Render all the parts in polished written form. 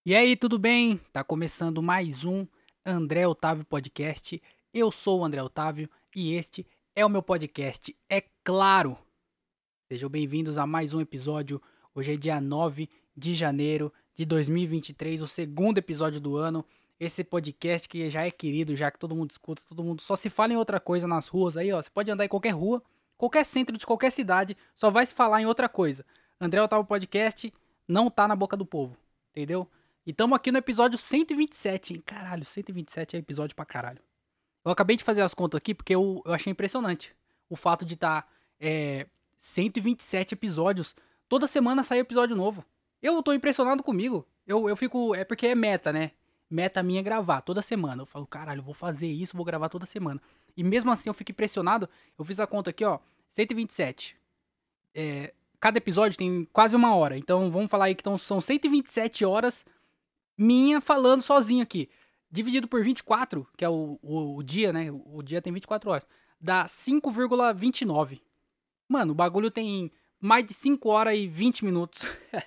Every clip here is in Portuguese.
E aí, tudo bem? Tá começando mais um André Otávio Podcast. Eu sou o André Otávio e este é o meu podcast, é claro. Sejam bem-vindos a mais um episódio. Hoje é dia 9 de janeiro de 2023, o segundo episódio do ano. Esse podcast que já é querido, já que todo mundo escuta, todo mundo só se fala em outra coisa nas ruas aí, ó. Você pode andar em qualquer rua, qualquer centro de qualquer cidade, só vai se falar em outra coisa. André Otávio Podcast não tá na boca do povo, entendeu? E tamo aqui no episódio 127, hein? Caralho, 127 é episódio pra caralho. Eu acabei de fazer as contas aqui porque eu achei impressionante o fato de estar 127 episódios. Toda semana sai episódio novo. Eu tô impressionado comigo. Eu fico. É porque é meta, né? Meta minha é gravar toda semana. Eu falo, caralho, eu vou fazer isso, vou gravar toda semana. E mesmo assim eu fico impressionado. Eu fiz a conta aqui, ó. 127. Cada episódio tem quase uma hora. Então vamos falar aí que são 127 horas minha falando sozinho aqui. Dividido por 24, que é o dia, né? O dia tem 24 horas. Dá 5,29. Mano, o bagulho tem mais de 5 horas e 20 minutos.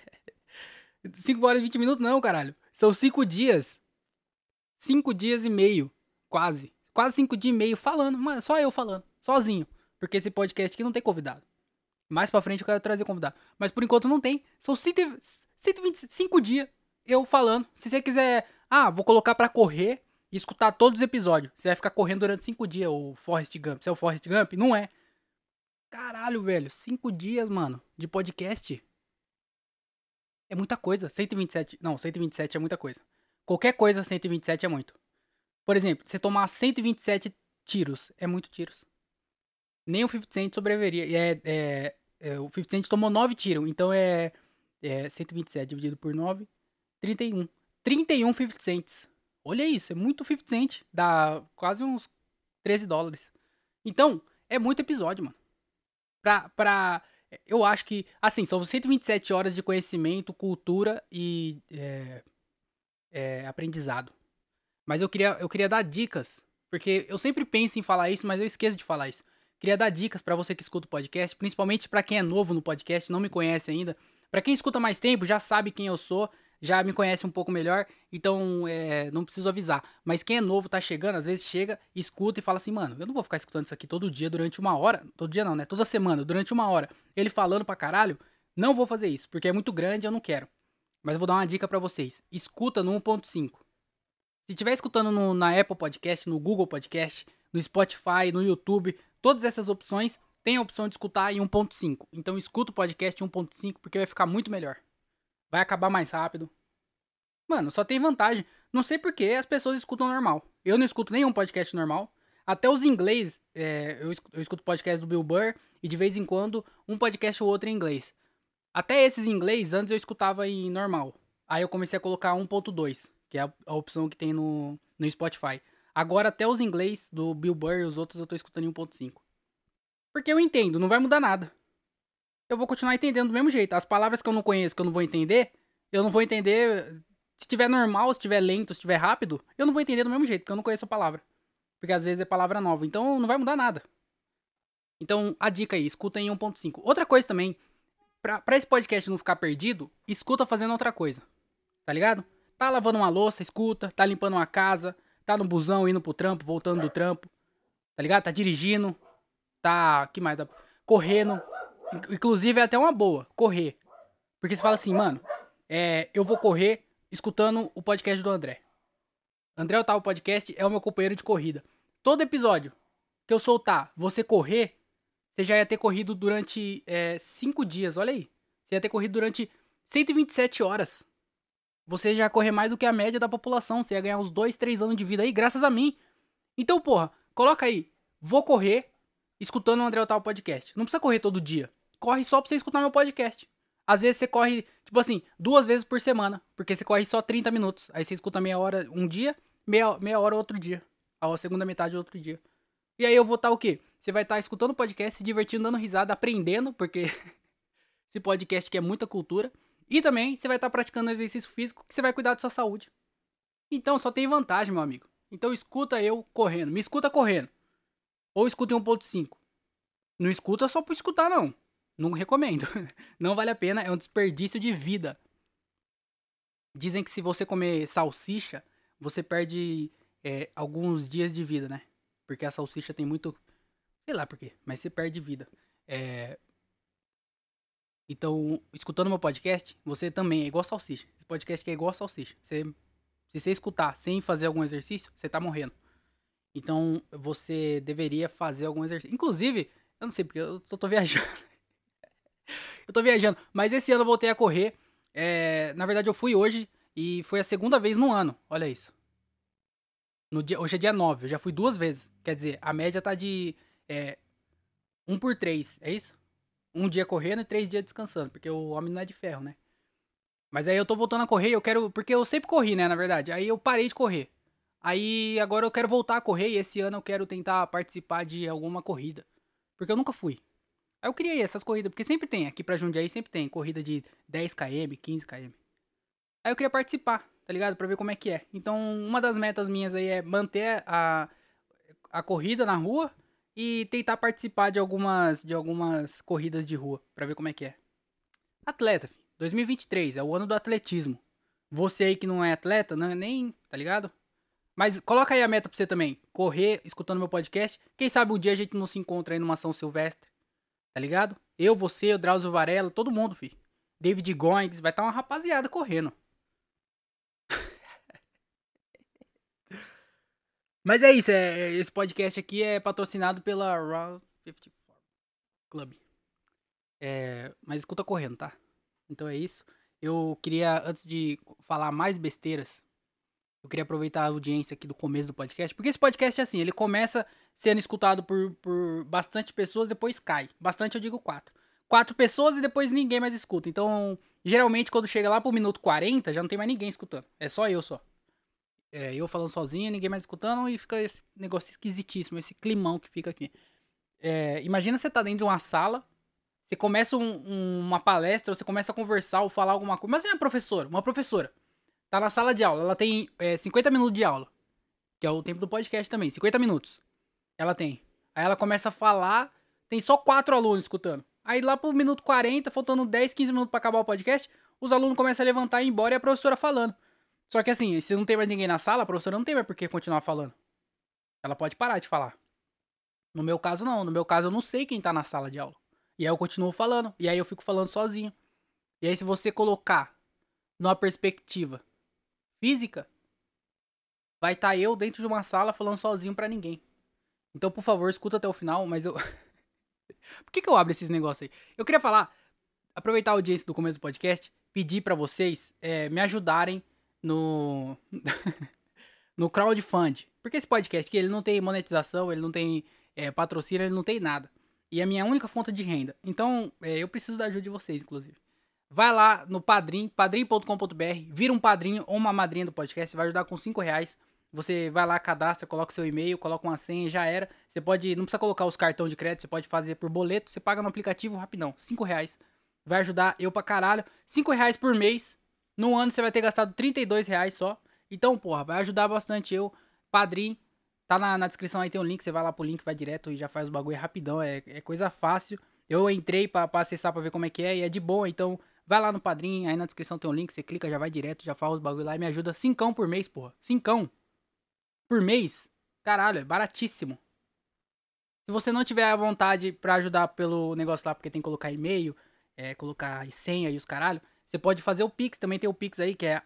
5 horas e 20 minutos não, caralho. São 5 dias. 5 dias e meio. Quase. Quase 5 dias e meio falando. Mano, só eu falando. Sozinho. Porque esse podcast aqui não tem convidado. Mais pra frente eu quero trazer convidado. Mas por enquanto não tem. São 125 dias eu falando. Se você quiser, vou colocar pra correr e escutar todos os episódios. Você vai ficar correndo durante 5 dias, o Forrest Gump. Você é o Forrest Gump? Não é. Caralho, velho. 5 dias, mano, de podcast. É muita coisa. 127. Não, 127 é muita coisa. Qualquer coisa, 127 é muito. Por exemplo, você tomar 127 tiros. É muito tiros. Nem o 50 Cent sobreviveria. E o 50 Cent tomou 9 tiros. Então é 127 dividido por 9. 31. 31 50 cents. Olha isso, é muito 50 cent. Dá quase uns $13. Então, é muito episódio, mano. Eu acho que, assim, são 127 horas de conhecimento, cultura e aprendizado. Mas eu queria dar dicas, porque eu sempre penso em falar isso, mas eu esqueço de falar isso. Queria dar dicas pra você que escuta o podcast, principalmente pra quem é novo no podcast, não me conhece ainda. Pra quem escuta mais tempo, já sabe quem eu sou, já me conhece um pouco melhor, então não preciso avisar. Mas quem é novo, tá chegando, às vezes chega, escuta e fala assim, mano, eu não vou ficar escutando isso aqui todo dia durante uma hora. Todo dia não, né? Toda semana, durante uma hora. Ele falando pra caralho, não vou fazer isso, porque é muito grande, eu não quero. Mas eu vou dar uma dica pra vocês. Escuta no 1.5. Se estiver escutando na Apple Podcast, no Google Podcast, no Spotify, no YouTube, todas essas opções tem a opção de escutar em 1.5. Então escuta o podcast em 1.5 porque vai ficar muito melhor. Vai acabar mais rápido. Mano, só tem vantagem. Não sei por que as pessoas escutam normal. Eu não escuto nenhum podcast normal. Até os inglês, eu escuto podcast do Bill Burr e de vez em quando um podcast ou outro em inglês. Até esses em inglês, antes eu escutava em normal. Aí eu comecei a colocar 1.2, que é a opção que tem no Spotify. Agora até os inglês do Bill Burr e os outros eu tô escutando em 1.5. Porque eu entendo, não vai mudar nada. Eu vou continuar entendendo do mesmo jeito. As palavras que eu não conheço, que eu não vou entender. Se tiver normal, se tiver lento, se tiver rápido, eu não vou entender do mesmo jeito, porque eu não conheço a palavra. Porque às vezes é palavra nova. Então não vai mudar nada. Então a dica aí, escuta em 1.5. Outra coisa também, pra esse podcast não ficar perdido, escuta fazendo outra coisa. Tá ligado? Tá lavando uma louça, escuta. Tá limpando uma casa. Tá no busão indo pro trampo, voltando do trampo. Tá ligado? Tá dirigindo. Tá. Que mais? Tá correndo. Inclusive é até uma boa, correr. Porque você fala assim, mano, eu vou correr escutando o podcast do André. André Otávio Podcast é o meu companheiro de corrida. Todo episódio que eu soltar, você correr, você já ia ter corrido durante 5 dias, olha aí. Você ia ter corrido durante 127 horas. Você já ia correr mais do que a média da população. Você ia ganhar uns 2, 3 anos de vida aí, graças a mim. Então, porra, coloca aí. Vou correr escutando o André Otávio Podcast. Não precisa correr todo dia. Corre só pra você escutar meu podcast. Às vezes você corre, tipo assim, 2 vezes por semana. Porque você corre só 30 minutos. Aí você escuta meia hora um dia, meia hora outro dia. A segunda metade outro dia. E aí eu vou estar o quê? Você vai estar escutando o podcast, se divertindo, dando risada, aprendendo, porque esse podcast que é muita cultura. E também você vai estar praticando exercício físico, que você vai cuidar da sua saúde. Então só tem vantagem, meu amigo. Então escuta eu correndo. Me escuta correndo. Ou escuta em 1.5. Não escuta só por escutar, não. Não recomendo. Não vale a pena, é um desperdício de vida. Dizem que se você comer salsicha, você perde alguns dias de vida, né? Porque a salsicha tem muito. Sei lá por quê, mas você perde vida. É, então, escutando meu podcast, você também é igual salsicha. Esse podcast aqui é igual salsicha. Se você escutar sem fazer algum exercício, você tá morrendo. Então, você deveria fazer algum exercício. Inclusive, eu não sei porque eu tô viajando. Eu tô viajando. Mas esse ano eu voltei a correr. Na verdade, eu fui hoje e foi a segunda vez no ano. Olha isso. Hoje é dia 9. Eu já fui 2 vezes. Quer dizer, a média tá de 1 por 3. É isso? Um dia correndo e 3 dias descansando. Porque o homem não é de ferro, né? Mas aí eu tô voltando a correr, eu quero. Porque eu sempre corri, né, na verdade. Aí eu parei de correr. Aí agora eu quero voltar a correr e esse ano eu quero tentar participar de alguma corrida. Porque eu nunca fui. Aí eu criei essas corridas, porque sempre tem, aqui pra Jundiaí sempre tem corrida de 10 km, 15 km. Aí eu queria participar, tá ligado? Pra ver como é que é. Então, uma das metas minhas aí é manter a corrida na rua e tentar participar de algumas corridas de rua, pra ver como é que é. Atleta, filho. 2023 é o ano do atletismo. Você aí que não é atleta, não é nem, tá ligado? Mas coloca aí a meta pra você também. Correr, escutando meu podcast. Quem sabe um dia a gente não se encontra aí numa São Silvestre. Tá ligado? Eu, você, o Drauzio Varela, todo mundo, fi. David Goings, vai estar uma rapaziada correndo. Mas é isso, esse podcast aqui é patrocinado pela Round 54 Club. Mas escuta correndo, tá? Então é isso. Eu queria, antes de falar mais besteiras, eu queria aproveitar a audiência aqui do começo do podcast, porque esse podcast é assim, ele começa sendo escutado por bastante pessoas, depois cai. Bastante eu digo 4. 4 pessoas e depois ninguém mais escuta. Então, geralmente quando chega lá pro minuto 40, já não tem mais ninguém escutando. É só eu só. Eu falando sozinho, ninguém mais escutando e fica esse negócio esquisitíssimo, esse climão que fica aqui. Imagina você tá dentro de uma sala, você começa uma palestra, você começa a conversar ou falar alguma coisa. Mas é uma professora, tá na sala de aula, ela tem 50 minutos de aula, que é o tempo do podcast também, 50 minutos. Ela tem. Aí ela começa a falar, tem só 4 alunos escutando. Aí lá pro minuto 40, faltando 10, 15 minutos pra acabar o podcast, os alunos começam a levantar e ir embora e a professora falando. Só que assim, se não tem mais ninguém na sala, a professora não tem mais por que continuar falando. Ela pode parar de falar. No meu caso, não. No meu caso, eu não sei quem tá na sala de aula. E aí eu continuo falando. E aí eu fico falando sozinho. E aí, se você colocar numa perspectiva física, vai estar eu dentro de uma sala falando sozinho pra ninguém. Então, por favor, escuta até o final, mas eu. Por que eu abro esses negócios aí? Eu queria falar, aproveitar a audiência do começo do podcast, pedir pra vocês me ajudarem no. no crowdfund. Porque esse podcast aqui, ele não tem monetização, ele não tem patrocínio, ele não tem nada. E é a minha única fonte de renda. Então, eu preciso da ajuda de vocês, inclusive. Vai lá no Padrim, padrim.com.br, vira um padrinho ou uma madrinha do podcast, vai ajudar com R$ 5. Você vai lá, cadastra, coloca o seu e-mail, coloca uma senha, já era. Você pode, não precisa colocar os cartões de crédito, você pode fazer por boleto, você paga no aplicativo rapidão, R$ 5. Vai ajudar eu pra caralho. R$ 5 por mês. No ano você vai ter gastado R$ 32 só. Então, porra, vai ajudar bastante eu. Padrim, tá na descrição aí, tem um link, você vai lá pro link, vai direto e já faz o bagulho rapidão, é coisa fácil. Eu entrei pra acessar pra ver como é que é e é de boa, então vai lá no Padrim, aí na descrição tem um link, você clica, já vai direto, já faz os bagulho lá e me ajuda. 5 por mês, porra. 5 por mês? Caralho, é baratíssimo. Se você não tiver a vontade pra ajudar pelo negócio lá, porque tem que colocar e-mail, colocar senha e os caralho, você pode fazer o Pix, também tem o Pix aí, que é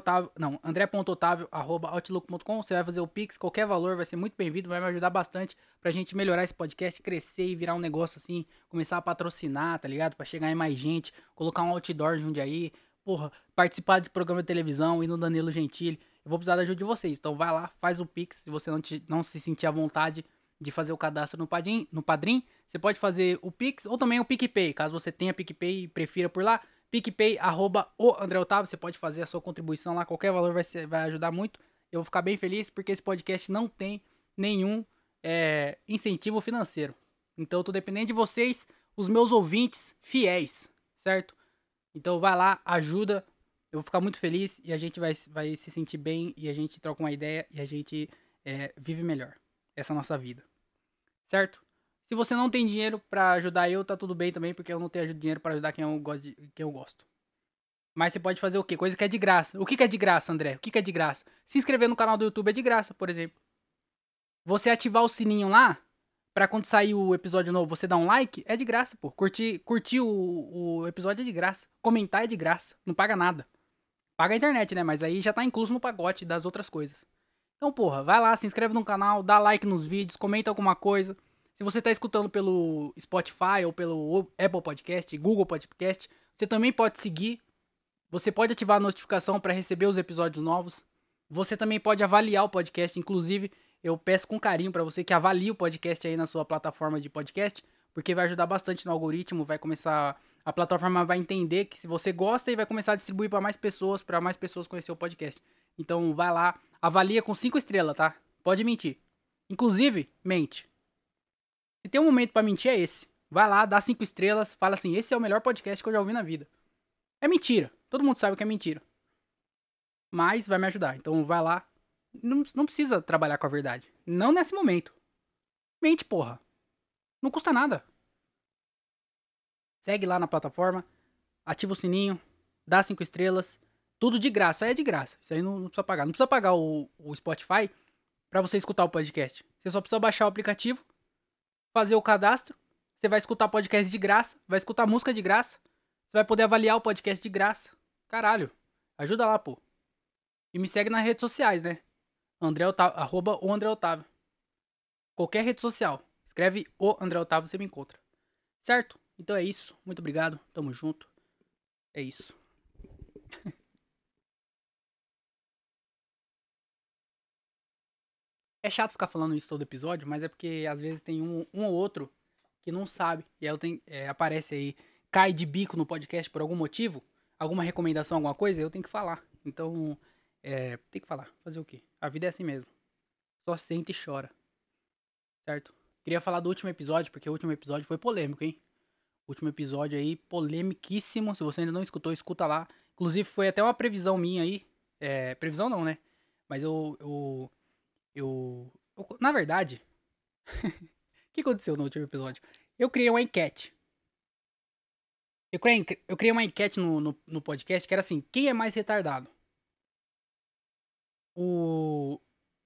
andré.otavio@outlook.com. Você vai fazer o Pix, qualquer valor vai ser muito bem-vindo, vai me ajudar bastante pra gente melhorar esse podcast, crescer e virar um negócio assim, começar a patrocinar, tá ligado? Pra chegar em mais gente, colocar um outdoor junto aí, porra, participar de programa de televisão, ir no Danilo Gentili. Eu vou precisar da ajuda de vocês, então vai lá, faz o Pix, se você não se sentir à vontade de fazer o cadastro no Padrim, você pode fazer o Pix ou também o PicPay, caso você tenha PicPay e prefira por lá, PicPay, @o André Otávio, você pode fazer a sua contribuição lá, qualquer valor vai ajudar muito, eu vou ficar bem feliz porque esse podcast não tem nenhum incentivo financeiro, então eu tô dependendo de vocês, os meus ouvintes fiéis, certo? Então vai lá, ajuda, eu vou ficar muito feliz e a gente vai se sentir bem e a gente troca uma ideia e a gente vive melhor essa nossa vida. Certo? Se você não tem dinheiro pra ajudar eu, tá tudo bem também, porque eu não tenho dinheiro pra ajudar quem eu gosto. Mas você pode fazer o quê? Coisa que é de graça. O que é de graça, André? O que é de graça? Se inscrever no canal do YouTube é de graça, por exemplo. Você ativar o sininho lá, pra quando sair o episódio novo, você dar um like, é de graça, pô. Curtir o episódio é de graça. Comentar é de graça. Não paga nada. Paga a internet, né? Mas aí já tá incluso no pacote das outras coisas. Então, porra, vai lá, se inscreve no canal, dá like nos vídeos, comenta alguma coisa. Se você tá escutando pelo Spotify ou pelo Apple Podcast, Google Podcast, você também pode seguir. Você pode ativar a notificação para receber os episódios novos. Você também pode avaliar o podcast, inclusive eu peço com carinho para você que avalie o podcast aí na sua plataforma de podcast, porque vai ajudar bastante no algoritmo, vai começar, a plataforma vai entender que se você gosta e vai começar a distribuir para mais pessoas conhecer o podcast. Então vai lá, avalia com 5 estrelas, tá? Pode mentir. Inclusive, mente. Se tem um momento para mentir é esse. Vai lá, dá 5 estrelas, fala assim: "Esse é o melhor podcast que eu já ouvi na vida". É mentira. Todo mundo sabe que é mentira. Mas vai me ajudar. Então vai lá. Não precisa trabalhar com a verdade. Não nesse momento. Mente, porra. Não custa nada. Segue lá na plataforma. Ativa o sininho. Dá 5 estrelas. Tudo de graça. É de graça. Isso aí não precisa pagar. Não precisa pagar o Spotify pra você escutar o podcast. Você só precisa baixar o aplicativo. Fazer o cadastro. Você vai escutar podcast de graça. Vai escutar música de graça. Você vai poder avaliar o podcast de graça. Caralho. Ajuda lá, pô. E me segue nas redes sociais, né? André Otávio, arroba o André Otávio. Qualquer rede social. Escreve o André Otávio, você me encontra. Certo? Então é isso. Muito obrigado. Tamo junto. É isso. É chato ficar falando isso todo episódio, mas é porque às vezes tem um ou outro que não sabe. E aí aparece aí, cai de bico no podcast por algum motivo, alguma recomendação, alguma coisa, eu tenho que falar. Então, tem que falar. Fazer o quê? A vida é assim mesmo. Só sente e chora. Certo? Queria falar do último episódio, porque o último episódio foi polêmico, hein? O último episódio aí, polemiquíssimo. Se você ainda não escutou, escuta lá. Inclusive, foi até uma previsão minha aí. Previsão não, né? Mas na verdade, o que aconteceu no último episódio? Eu criei uma enquete. Eu criei uma enquete no podcast que era assim: quem é mais retardado? O.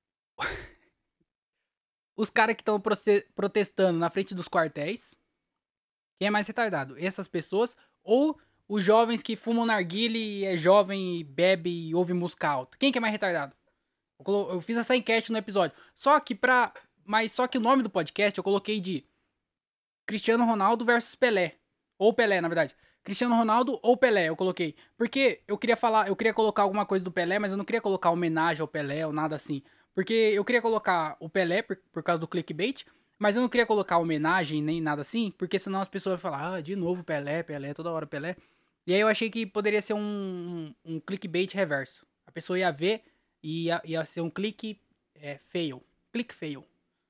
Os caras que estão protestando na frente dos quartéis. Quem é mais retardado? Essas pessoas ou os jovens que fumam narguile e é jovem e bebe e ouve música alta? Quem que é mais retardado? Eu fiz essa enquete no episódio. Só que o nome do podcast eu coloquei de Cristiano Ronaldo versus Pelé. Ou Pelé, na verdade. Cristiano Ronaldo ou Pelé, eu coloquei. Porque eu queria colocar alguma coisa do Pelé, mas eu não queria colocar homenagem ao Pelé ou nada assim. Porque eu queria colocar o Pelé por causa do clickbait, mas eu não queria colocar homenagem nem nada assim, porque senão as pessoas vão falar: "Ah, de novo Pelé, Pelé, toda hora Pelé". E aí eu achei que poderia ser um clickbait reverso. A pessoa ia ver e ia ser um clique fail. Click fail.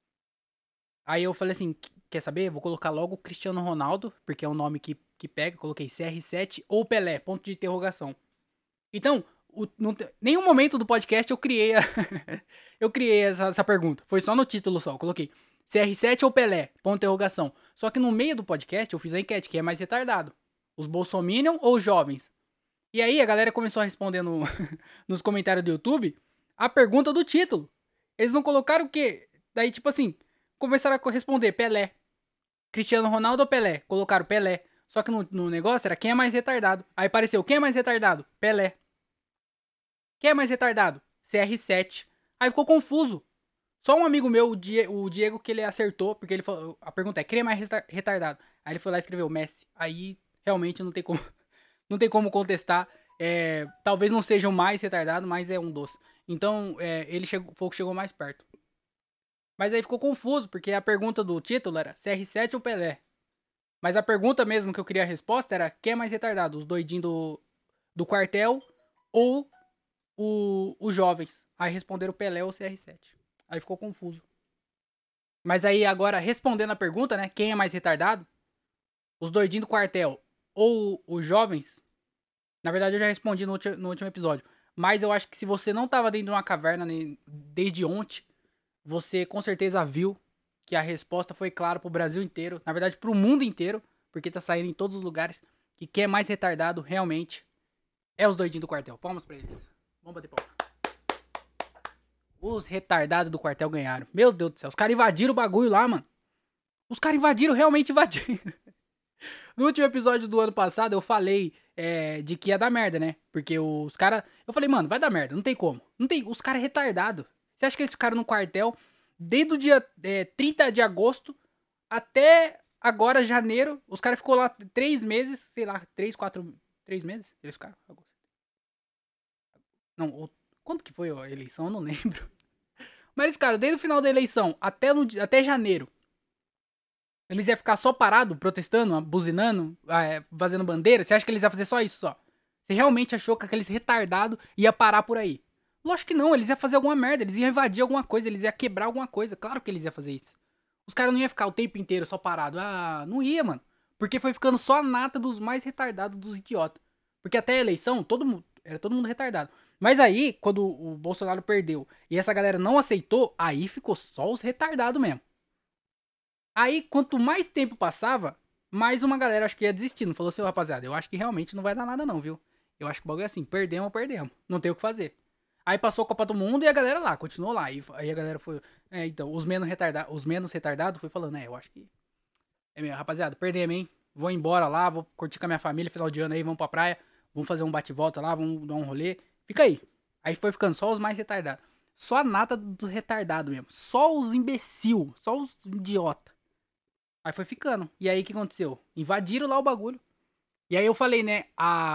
Aí eu falei assim: quer saber? Vou colocar logo Cristiano Ronaldo, porque é um nome que pega. Coloquei CR7 ou Pelé, ponto de interrogação. Então, nenhum momento do podcast eu criei eu criei essa pergunta. Foi só no título só. Eu coloquei CR7 ou Pelé, ponto de interrogação. Só que no meio do podcast eu fiz a enquete, que é mais retardado. Os bolsominion ou os jovens? E aí a galera começou a responder nos comentários do YouTube a pergunta do título. Eles não colocaram o quê? Daí, tipo assim, começaram a responder Pelé. Cristiano Ronaldo ou Pelé? Colocaram Pelé. Só que no negócio era quem é mais retardado. Aí apareceu, quem é mais retardado? Pelé. Quem é mais retardado? CR7. Aí ficou confuso. Só um amigo meu, o Diego, que ele acertou, porque ele falou, a pergunta é, quem é mais retardado? Aí ele foi lá e escreveu Messi. Aí realmente não tem como, não tem como contestar. Talvez não seja o mais retardado, mas é um dos. Então, ele foi o que chegou mais perto. Mas aí ficou confuso, porque a pergunta do título era CR7 ou Pelé? Mas a pergunta mesmo que eu queria a resposta era quem é mais retardado? Os doidinhos do quartel ou os jovens? Aí responderam Pelé ou CR7. Aí ficou confuso. Mas aí agora, respondendo a pergunta, né? Quem é mais retardado? Os doidinhos do quartel ou os jovens? Na verdade eu já respondi no último episódio. Mas eu acho que se você não tava dentro de uma caverna desde ontem, você com certeza viu que a resposta foi clara pro Brasil inteiro, na verdade pro mundo inteiro, porque tá saindo em todos os lugares, que quem é mais retardado realmente É os doidinhos do quartel. Palmas pra eles. Vamos bater palma. Os retardados do quartel ganharam. Meu Deus do céu. Os caras invadiram o bagulho lá, mano. Os caras invadiram, realmente invadiram. No último episódio do ano passado, eu falei de que ia dar merda, né? Porque os caras... Eu falei, mano, vai dar merda. Não tem como. Não tem... Os caras retardados. Você acha que eles ficaram no quartel desde o dia 30 de agosto até agora, janeiro? Os caras ficou lá 3 meses, sei lá, 3, 4... 3 meses? Eles ficaram? Não, quanto que foi a eleição? Eu não lembro. Mas, cara, desde o final da eleição até janeiro, eles iam ficar só parado, protestando, buzinando, fazendo bandeira? Você acha que eles iam fazer só isso, só? Você realmente achou que aqueles retardados ia parar por aí? Lógico que não, eles iam fazer alguma merda, eles iam invadir alguma coisa, eles iam quebrar alguma coisa. Claro que eles iam fazer isso. Os caras não iam ficar o tempo inteiro só parado. Ah, não ia, mano. Porque foi ficando só a nata dos mais retardados dos idiotas. Porque até a eleição, era todo mundo retardado. Mas aí, quando o Bolsonaro perdeu e essa galera não aceitou, aí ficou só os retardados mesmo. Aí, quanto mais tempo passava, mais uma galera acho que ia desistindo. Falou assim, rapaziada, eu acho que realmente não vai dar nada não, viu? Eu acho que o bagulho é assim, perdemos. Não tem o que fazer. Aí passou a Copa do Mundo e a galera lá, continuou lá. Aí a galera foi... então, os menos retardados foi falando, eu acho que... rapaziada, perdemos, hein? Vou embora lá, vou curtir com a minha família, final de ano aí, vamos pra praia. Vamos fazer um bate-volta lá, vamos dar um rolê. Fica aí. Aí foi ficando só os mais retardados. Só a nata do retardado mesmo. Só os imbecil. Só os idiota. Aí foi ficando. E aí o que aconteceu? Invadiram lá o bagulho. E aí eu falei, né?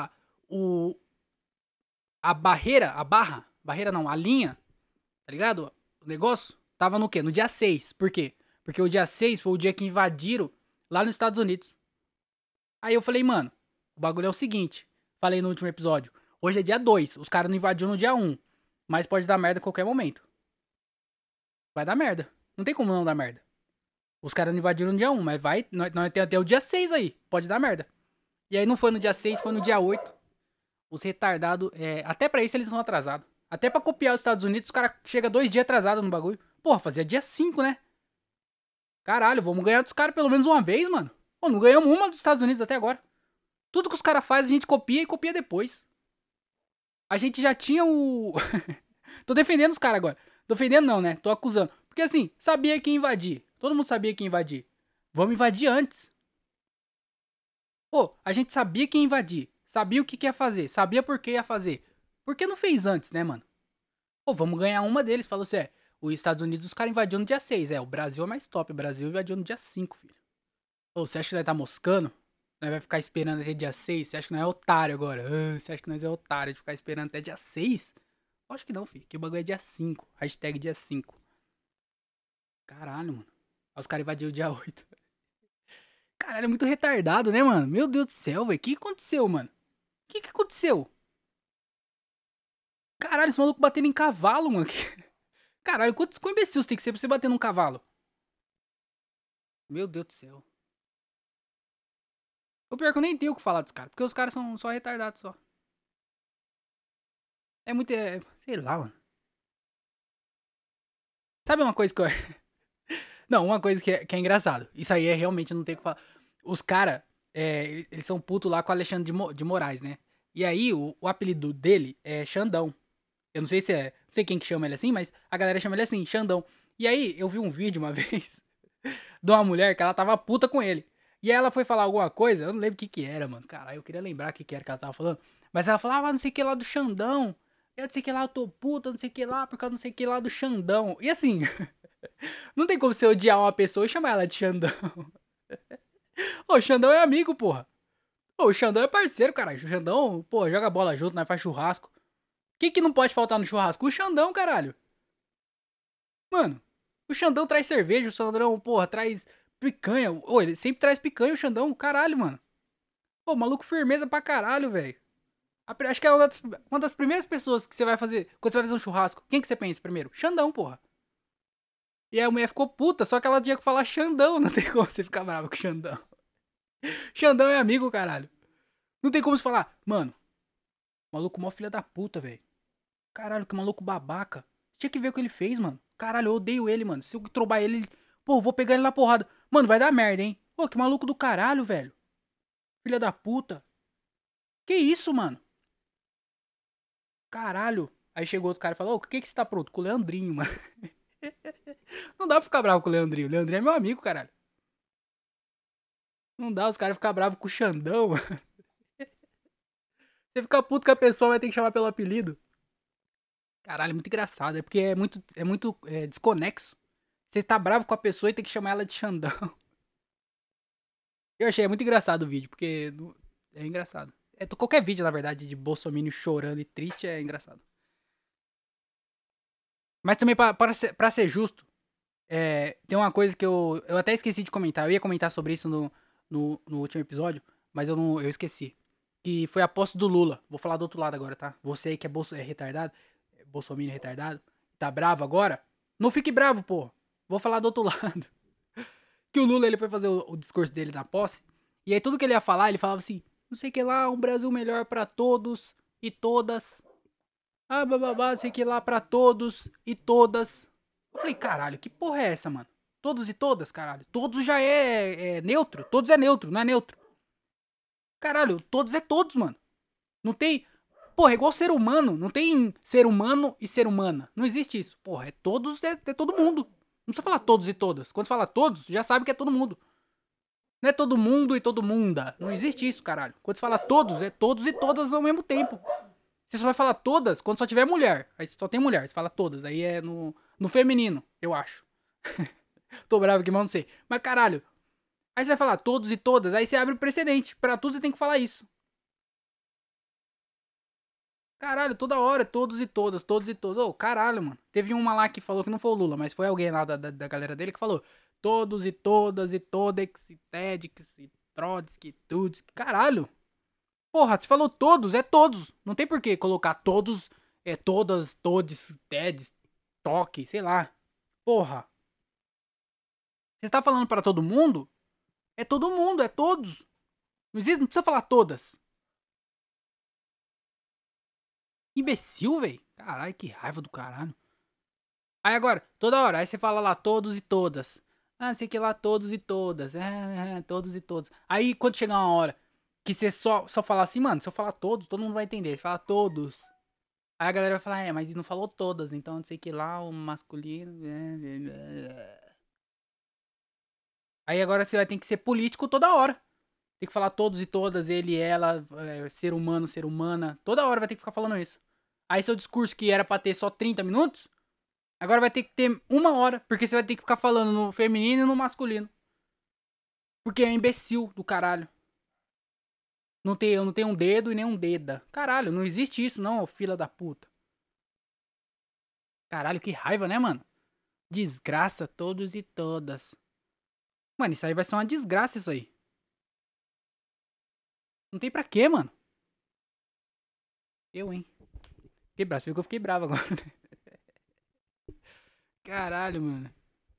A barreira, barreira não, a linha, tá ligado? O negócio tava no quê? No dia 6. Por quê? Porque o dia 6 foi o dia que invadiram lá nos Estados Unidos. Aí eu falei, mano, o bagulho é o seguinte. Falei no último episódio. Hoje é dia 2. Os caras não invadiram no dia 1. Mas pode dar merda a qualquer momento. Vai dar merda. Não tem como não dar merda. Os caras não invadiram no dia 1, mas vai. Nós tem até o dia 6 aí. Pode dar merda. E aí não foi no dia 6, foi no dia 8. Os retardados. Até pra isso eles estão atrasados. Até pra copiar os Estados Unidos, os caras chegam 2 dias atrasados no bagulho. Porra, fazia dia 5, né? Caralho, vamos ganhar dos caras pelo menos uma vez, mano. Pô, não ganhamos uma dos Estados Unidos até agora. Tudo que os caras fazem, a gente copia e copia depois. A gente já tinha o. Tô defendendo os caras agora. Tô defendendo não, né? Tô acusando. Porque assim, sabia que ia invadir. Todo mundo sabia que ia invadir. Vamos invadir antes. Pô, a gente sabia que ia invadir. Sabia o que ia fazer. Sabia por que ia fazer. Por que não fez antes, né, mano? Pô, vamos ganhar uma deles. Falou assim, os Estados Unidos os caras invadiram no dia 6. O Brasil é mais top. O Brasil invadiu no dia 5, filho. Pô, você acha que nós tá moscando? Nós vai ficar esperando até dia 6? Você acha que nós é otário agora? Você acha que nós é otário de ficar esperando até dia 6? Acho que não, filho. Que o bagulho é dia 5. Hashtag dia 5. Caralho, mano. Aí os caras invadiram o dia 8. Caralho, é muito retardado, né, mano? Meu Deus do céu, velho. O que aconteceu, mano? O que aconteceu? Caralho, esse maluco batendo em cavalo, mano. Caralho, quantos imbecil tem que ser pra você bater num cavalo? Meu Deus do céu. O pior é que eu nem tenho o que falar dos caras, porque os caras são só retardados só. É muito. Sei lá, mano. Sabe uma coisa que eu. Não, uma coisa que é engraçado. Isso aí realmente não tem o que falar. Os caras, eles são putos lá com o Alexandre de Moraes, né? E aí, o apelido dele é Xandão. Eu não sei se não sei quem que chama ele assim, mas a galera chama ele assim, Xandão. E aí, eu vi um vídeo uma vez de uma mulher que ela tava puta com ele. E aí ela foi falar alguma coisa, eu não lembro o que era, mano. Caralho, eu queria lembrar o que era que ela tava falando. Mas ela falava, não sei o que lá do Xandão. Eu não sei o que lá, eu tô puta, não sei o que lá, por causa não sei o que lá do Xandão. E assim, não tem como você odiar uma pessoa e chamar ela de Xandão. Ô, o Xandão é amigo, porra. Ô, o Xandão é parceiro, cara. O Xandão, pô, joga bola junto, nós faz churrasco. Quem que não pode faltar no churrasco? O Xandão, caralho. Mano, o Xandão traz cerveja, o Xandão, porra, traz picanha. Ô, ele sempre traz picanha, o Xandão, caralho, mano. Pô, maluco firmeza pra caralho, velho. Acho que é uma das primeiras pessoas que você vai fazer, quando você vai fazer um churrasco. Quem que você pensa primeiro? Xandão, porra. E aí a mulher ficou puta, só que ela tinha que falar Xandão, não tem como você ficar bravo com o Xandão. Xandão é amigo, caralho. Não tem como você falar, mano, maluco mó filha da puta, velho. Caralho, que maluco babaca. Tinha que ver o que ele fez, mano. Caralho, eu odeio ele, mano. Se eu trombar ele, pô, vou pegar ele na porrada. Mano, vai dar merda, hein? Pô, que maluco do caralho, velho. Filha da puta. Que isso, mano? Caralho. Aí chegou outro cara e falou, o que você tá pronto? Com o Leandrinho, mano. Não dá pra ficar bravo com o Leandrinho. O Leandrinho é meu amigo, caralho. Não dá os caras ficar bravos com o Xandão. Você fica puto com a pessoa, vai ter que chamar pelo apelido. Caralho, é muito engraçado. É porque é muito desconexo. Você tá bravo com a pessoa e tem que chamar ela de Xandão. Eu achei muito engraçado o vídeo, porque é engraçado. Qualquer vídeo, na verdade, de Bolsonaro chorando e triste é engraçado. Mas também, pra ser justo, tem uma coisa que eu até esqueci de comentar. Eu ia comentar sobre isso no último episódio, mas eu esqueci. Que foi a posse do Lula. Vou falar do outro lado agora, tá? Você aí que é retardado, Bolsonaro retardado, tá bravo agora? Não fique bravo, pô. Vou falar do outro lado. Que o Lula, ele foi fazer o discurso dele na posse, e aí tudo que ele ia falar, ele falava assim, não sei o que lá, um Brasil melhor pra todos e todas. Ah, bababá, não sei o que lá pra todos e todas. Eu falei, caralho, que porra é essa, mano? Todos e todas, caralho. Todos já é neutro. Todos é neutro, não é neutro. Caralho, todos é todos, mano. Não tem. Porra, é igual ser humano. Não tem ser humano e ser humana. Não existe isso. Porra, é todos, é todo mundo. Não precisa falar todos e todas. Quando você fala todos, já sabe que é todo mundo. Não é todo mundo e todo munda. Não existe isso, caralho. Quando você fala todos, é todos e todas ao mesmo tempo. Você só vai falar todas quando só tiver mulher. Aí só tem mulher, você fala todas. Aí é no feminino, eu acho. Tô bravo aqui, mas não sei. Mas caralho. Aí você vai falar todos e todas, aí você abre o precedente. Pra tudo você tem que falar isso. Caralho, toda hora, todos e todas, todos e todas. Ô, caralho, mano. Teve uma lá que falou que não foi o Lula, mas foi alguém lá da galera dele que falou todos e todas e todex e tedx e trodex e tudes. Caralho. Porra, você falou todos, é todos. Não tem por que colocar todos, todas, todes, teds, toque, sei lá. Porra. Você tá falando pra todo mundo? É todo mundo, é todos. Não existe, não precisa falar todas. Imbecil, velho. Caralho, que raiva do caralho. Aí agora, toda hora, aí você fala lá todos e todas. Ah, sei que lá todos e todas. Todos e todas. Aí quando chegar uma hora que você só falar assim, mano, se eu falar todos, todo mundo vai entender. Você fala todos. Aí a galera vai falar, mas não falou todas, então não sei que lá, o masculino. Aí agora você vai ter que ser político toda hora. Tem que falar todos e todas, ele, ela, ser humano, ser humana. Toda hora vai ter que ficar falando isso. Aí seu discurso que era pra ter só 30 minutos, agora vai ter que ter 1 hora, porque você vai ter que ficar falando no feminino e no masculino. Porque é imbecil do caralho. Eu não tenho um dedo e nem um deda. Caralho, não existe isso não, fila da puta. Caralho, que raiva, né, mano? Desgraça todos e todas. Mano, isso aí vai ser uma desgraça isso aí. Não tem pra quê, mano. Hein? Fiquei bravo, você viu que eu fiquei bravo agora. Caralho, mano.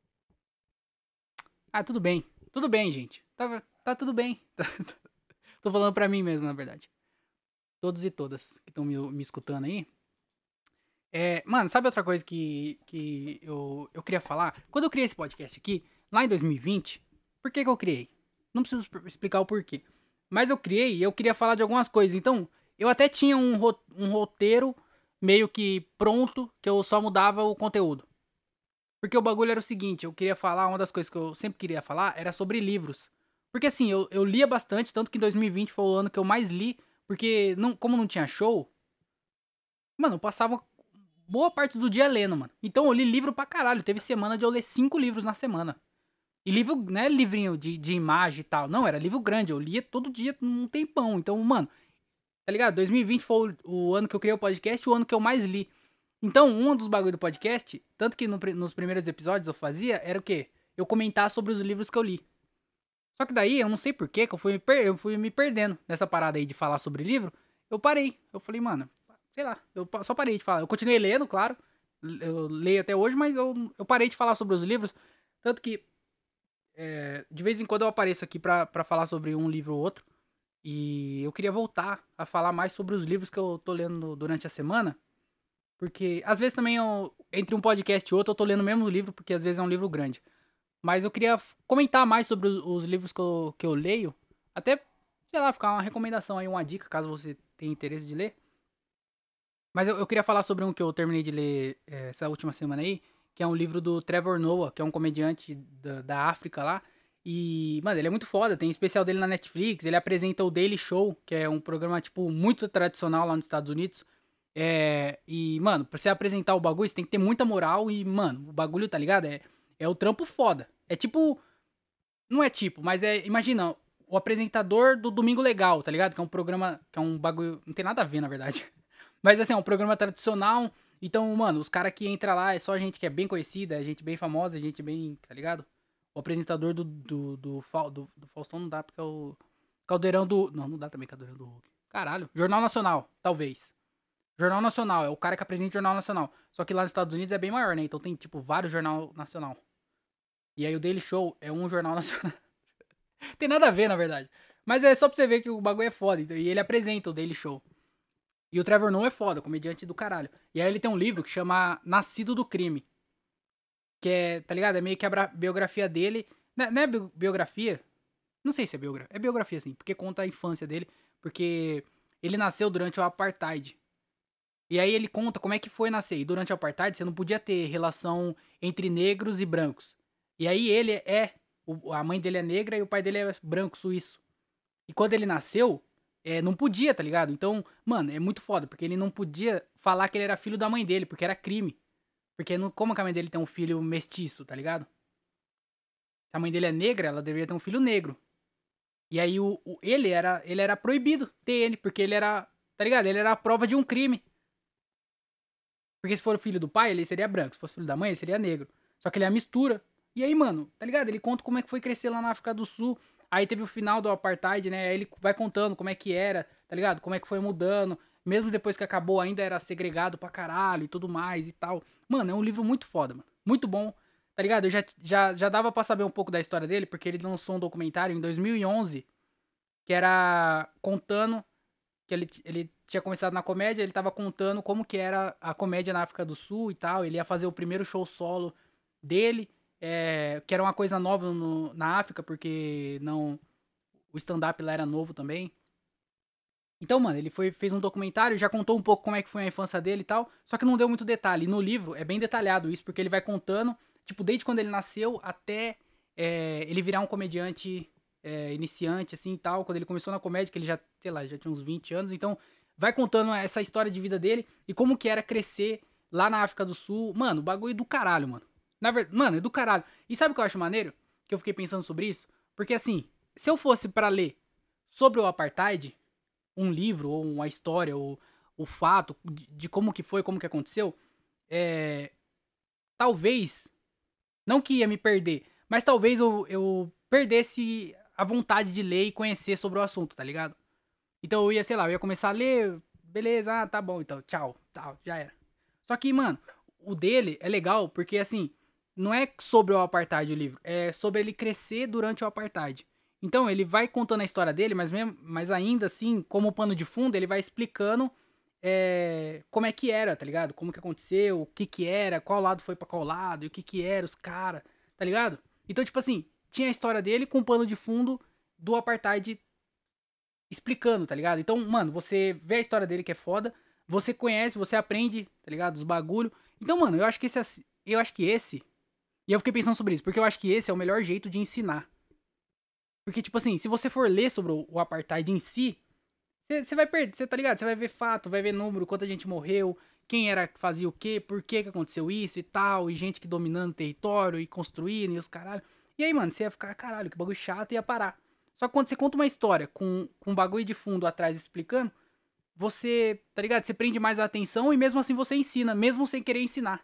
Ah, tudo bem. Tudo bem, gente. Tá tudo bem. Tô falando pra mim mesmo, na verdade. Todos e todas que estão me escutando aí. Mano, sabe outra coisa que eu queria falar? Quando eu criei esse podcast aqui, lá em 2020, por que eu criei? Não preciso explicar o porquê. Mas eu criei e eu queria falar de algumas coisas. Então, eu até tinha um roteiro meio que pronto, que eu só mudava o conteúdo. Porque o bagulho era o seguinte, eu queria falar, uma das coisas que eu sempre queria falar era sobre livros. Porque assim, eu lia bastante, tanto que 2020 foi o ano que eu mais li, porque como não tinha show, mano, eu passava boa parte do dia lendo, mano. Então eu li livro pra caralho, teve semana de eu ler 5 livros na semana. E livro, não é livrinho de imagem e tal, não, era livro grande, eu lia todo dia um tempão. Então, mano, tá ligado? 2020 foi o ano que eu criei o podcast, o ano que eu mais li. Então, um dos bagulho do podcast, tanto que nos primeiros episódios eu fazia, era o quê? Eu comentar sobre os livros que eu li. Só que daí, eu não sei porquê, que eu fui me perdendo nessa parada aí de falar sobre livro. Eu parei. Eu falei, mano, sei lá, eu só parei de falar. Eu continuei lendo, claro. Eu leio até hoje, mas eu parei de falar sobre os livros. Tanto que, de vez em quando eu apareço aqui pra falar sobre um livro ou outro. E eu queria voltar a falar mais sobre os livros que eu tô lendo durante a semana. Porque às vezes também entre um podcast e outro eu tô lendo o mesmo livro, porque às vezes é um livro grande. Mas eu queria comentar mais sobre os livros que eu leio. Até, sei lá, ficar uma recomendação aí, uma dica, caso você tenha interesse de ler. Mas eu queria falar sobre um que eu terminei de ler essa última semana aí, que é um livro do Trevor Noah, que é um comediante da África lá. E, mano, ele é muito foda, tem especial dele na Netflix, ele apresenta o Daily Show, que é um programa, tipo, muito tradicional lá nos Estados Unidos. E, mano, pra você apresentar o bagulho, você tem que ter muita moral e, mano, o bagulho, tá ligado? É o trampo foda. É tipo, não é tipo, mas imagina, o apresentador do Domingo Legal, tá ligado? Que é um programa, que é um bagulho, não tem nada a ver, na verdade. Mas assim, é um programa tradicional. Então, mano, os caras que entra lá é só gente que é bem conhecida, é gente bem famosa, é gente bem, tá ligado? O apresentador do Faustão não dá, porque é o Caldeirão do. Não, não dá também Caldeirão do Hulk. Caralho. Jornal Nacional, talvez. Jornal Nacional, é o cara que apresenta o Jornal Nacional. Só que lá nos Estados Unidos é bem maior, né? Então tem, tipo, vários Jornal Nacional. E aí o Daily Show é um Jornal Nacional. Tem nada a ver, na verdade. Mas é só pra você ver que o bagulho é foda. E ele apresenta o Daily Show. E o Trevor Noah é foda, comediante do caralho. E aí ele tem um livro que chama Nascido do Crime. Que é, tá ligado? É meio que a biografia dele. Não é biografia? Não sei se é biografia. É biografia, sim. Porque conta a infância dele. Porque ele nasceu durante o Apartheid. E aí ele conta como é que foi nascer. E durante o Apartheid você não podia ter relação entre negros e brancos. E aí ele a mãe dele é negra e o pai dele é branco, suíço. E quando ele nasceu, não podia, tá ligado? Então, mano, é muito foda, porque ele não podia falar que ele era filho da mãe dele, porque era crime. Porque como que a mãe dele tem um filho mestiço, tá ligado? Se a mãe dele é negra, ela deveria ter um filho negro. E aí ele era proibido ter ele, porque ele era, tá ligado? Ele era a prova de um crime. Porque se for o filho do pai, ele seria branco. Se fosse filho da mãe, ele seria negro. Só que ele é a mistura. E aí, mano, tá ligado? Ele conta como é que foi crescer lá na África do Sul. Aí teve o final do Apartheid, né? Aí ele vai contando como é que era, tá ligado? Como é que foi mudando. Mesmo depois que acabou, ainda era segregado pra caralho e tudo mais e tal. Mano, é um livro muito foda, mano. Muito bom, tá ligado? Eu já dava pra saber um pouco da história dele, porque ele lançou um documentário em 2011 que era contando que ele tinha começado na comédia, ele tava contando como que era a comédia na África do Sul e tal. Ele ia fazer o primeiro show solo dele, que era uma coisa nova na África, porque não o stand-up lá era novo também. Então, mano, ele fez um documentário, já contou um pouco como é que foi a infância dele e tal, só que não deu muito detalhe. E no livro é bem detalhado isso, porque ele vai contando, tipo, desde quando ele nasceu até ele virar um comediante iniciante, assim, e tal, quando ele começou na comédia, que ele já, sei lá, já tinha uns 20 anos, então vai contando essa história de vida dele e como que era crescer lá na África do Sul. Mano, o bagulho é do caralho, mano. Na verdade, mano, é do caralho. E sabe o que eu acho maneiro? Que eu fiquei pensando sobre isso? Porque assim, se eu fosse pra ler sobre o Apartheid, um livro, ou uma história, ou o fato de como que foi, como que aconteceu, é, talvez, não que ia me perder, mas talvez eu perdesse a vontade de ler e conhecer sobre o assunto, tá ligado? Então eu ia, sei lá, eu ia começar a ler, beleza, tá bom, então, tchau, tal, já era. Só que, mano, o dele é legal porque, assim, não é sobre o Apartheid o livro, é sobre ele crescer durante o Apartheid. Então ele vai contando a história dele, mas ainda assim, como pano de fundo, ele vai explicando como é que era, tá ligado? Como que aconteceu, o que que era, qual lado foi pra qual lado, e o que que era, os caras, tá ligado? Então, tipo assim, tinha a história dele com pano de fundo do Apartheid explicando, tá ligado? Então, mano, você vê a história dele que é foda, você conhece, você aprende, tá ligado? Os bagulho. Então, mano, eu acho que esse, e eu fiquei pensando sobre isso, porque eu acho que esse é o melhor jeito de ensinar. Porque, tipo assim, se você for ler sobre o Apartheid em si, você vai perder, você tá ligado? Você vai ver fato, vai ver número, quanta gente morreu, quem era que fazia o quê, por que que aconteceu isso e tal, e gente que dominando o território e construindo e os caralho. E aí, mano, você ia ficar, caralho, que bagulho chato e ia parar. Só que quando você conta uma história com um bagulho de fundo atrás explicando, você, tá ligado? Você prende mais a atenção e mesmo assim você ensina, mesmo sem querer ensinar.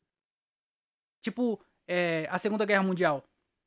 Tipo, a Segunda Guerra Mundial.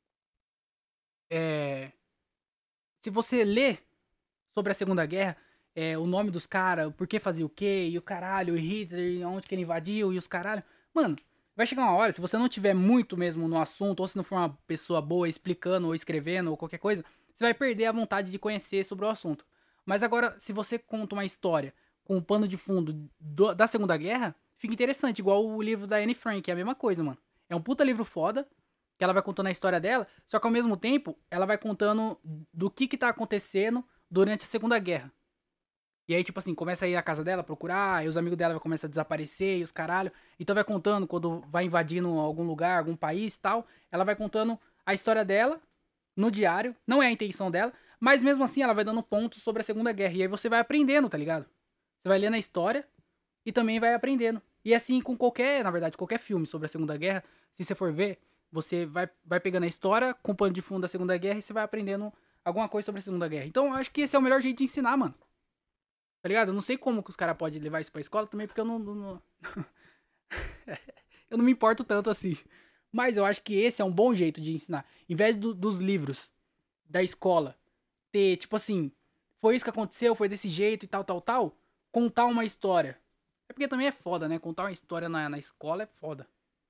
É, se você lê sobre a Segunda Guerra, o nome dos caras, por que fazia o quê, e o caralho, e Hitler, onde que ele invadiu, e os caralho. Mano, vai chegar uma hora, se você não tiver muito mesmo no assunto, ou se não for uma pessoa boa explicando, ou escrevendo, ou qualquer coisa, você vai perder a vontade de conhecer sobre o assunto. Mas agora, se você conta uma história com o pano de fundo da Segunda Guerra, fica interessante, igual o livro da Anne Frank, é a mesma coisa, mano. É um puta livro foda, que ela vai contando a história dela, só que ao mesmo tempo, ela vai contando do que tá acontecendo durante a Segunda Guerra. E aí, tipo assim, começa a ir na casa dela, procurar, e os amigos dela vai começar a desaparecer, e os caralho. Então vai contando quando vai invadindo algum lugar, algum país e tal. Ela vai contando a história dela no diário. Não é a intenção dela, mas mesmo assim ela vai dando pontos sobre a Segunda Guerra. E aí você vai aprendendo, tá ligado? Você vai lendo a história e também vai aprendendo. E assim com qualquer, na verdade, qualquer filme sobre a Segunda Guerra, se você for ver, você vai pegando a história com o pano de fundo da Segunda Guerra e você vai aprendendo alguma coisa sobre a Segunda Guerra. Então eu acho que esse é o melhor jeito de ensinar, mano. Tá ligado? Eu não sei como que os caras podem levar isso pra escola também, porque eu não eu não me importo tanto assim. Mas eu acho que esse é um bom jeito de ensinar. Em vez dos livros da escola ter, tipo assim, foi isso que aconteceu, foi desse jeito e tal, tal, tal, contar uma história. É porque também é foda, né? Contar uma história na escola é foda.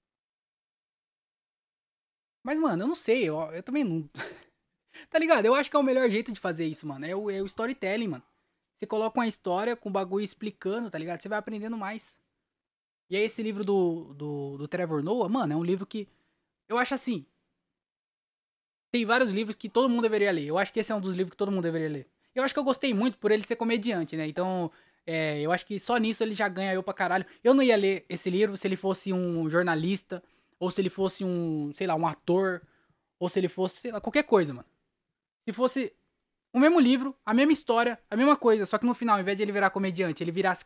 Mas, mano, eu não sei, eu também não. Tá ligado? Eu acho que é o melhor jeito de fazer isso, mano. É o storytelling, mano. Você coloca uma história com o bagulho explicando, tá ligado? Você vai aprendendo mais. E aí esse livro do Trevor Noah, mano, é um livro que eu acho assim. Tem vários livros que todo mundo deveria ler. Eu acho que esse é um dos livros que todo mundo deveria ler. Eu acho que eu gostei muito por ele ser comediante, né? Então, eu acho que só nisso ele já ganha eu pra caralho. Eu não ia ler esse livro se ele fosse um jornalista, ou se ele fosse um, sei lá, um ator, ou se ele fosse, sei lá, qualquer coisa, mano. Se fosse o mesmo livro, a mesma história, a mesma coisa, só que no final, ao invés de ele virar comediante, ele virasse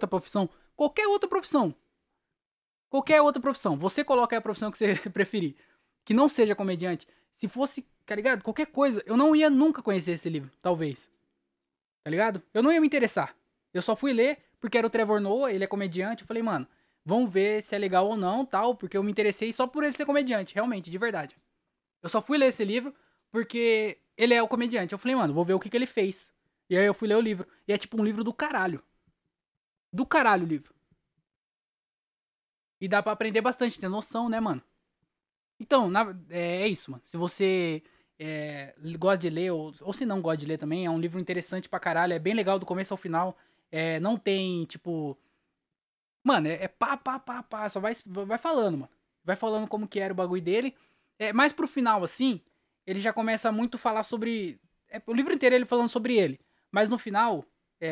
qualquer outra profissão. Você coloca aí a profissão que você preferir. Que não seja comediante. Se fosse, tá ligado? Qualquer coisa, eu não ia nunca conhecer esse livro, talvez. Tá ligado? Eu não ia me interessar. Eu só fui ler porque era o Trevor Noah, ele é comediante. Eu falei, mano, vamos ver se é legal ou não, tal, porque eu me interessei só por ele ser comediante, realmente, de verdade. Eu só fui ler esse livro porque ele é o comediante. Eu falei, mano, vou ver o que, que ele fez. E aí eu fui ler o livro. E é tipo um livro do caralho. Do caralho o livro. E dá pra aprender bastante, ter noção, né, mano? Então, é isso, mano. Se você gosta de ler, ou se não gosta de ler também, é um livro interessante pra caralho. É bem legal do começo ao final. Não tem, tipo. Mano, é pá, pá, pá, pá. Só vai falando, mano. Vai falando como que era o bagulho dele. Mais pro final, assim, ele já começa muito a falar sobre. O livro inteiro ele falando sobre ele. Mas no final,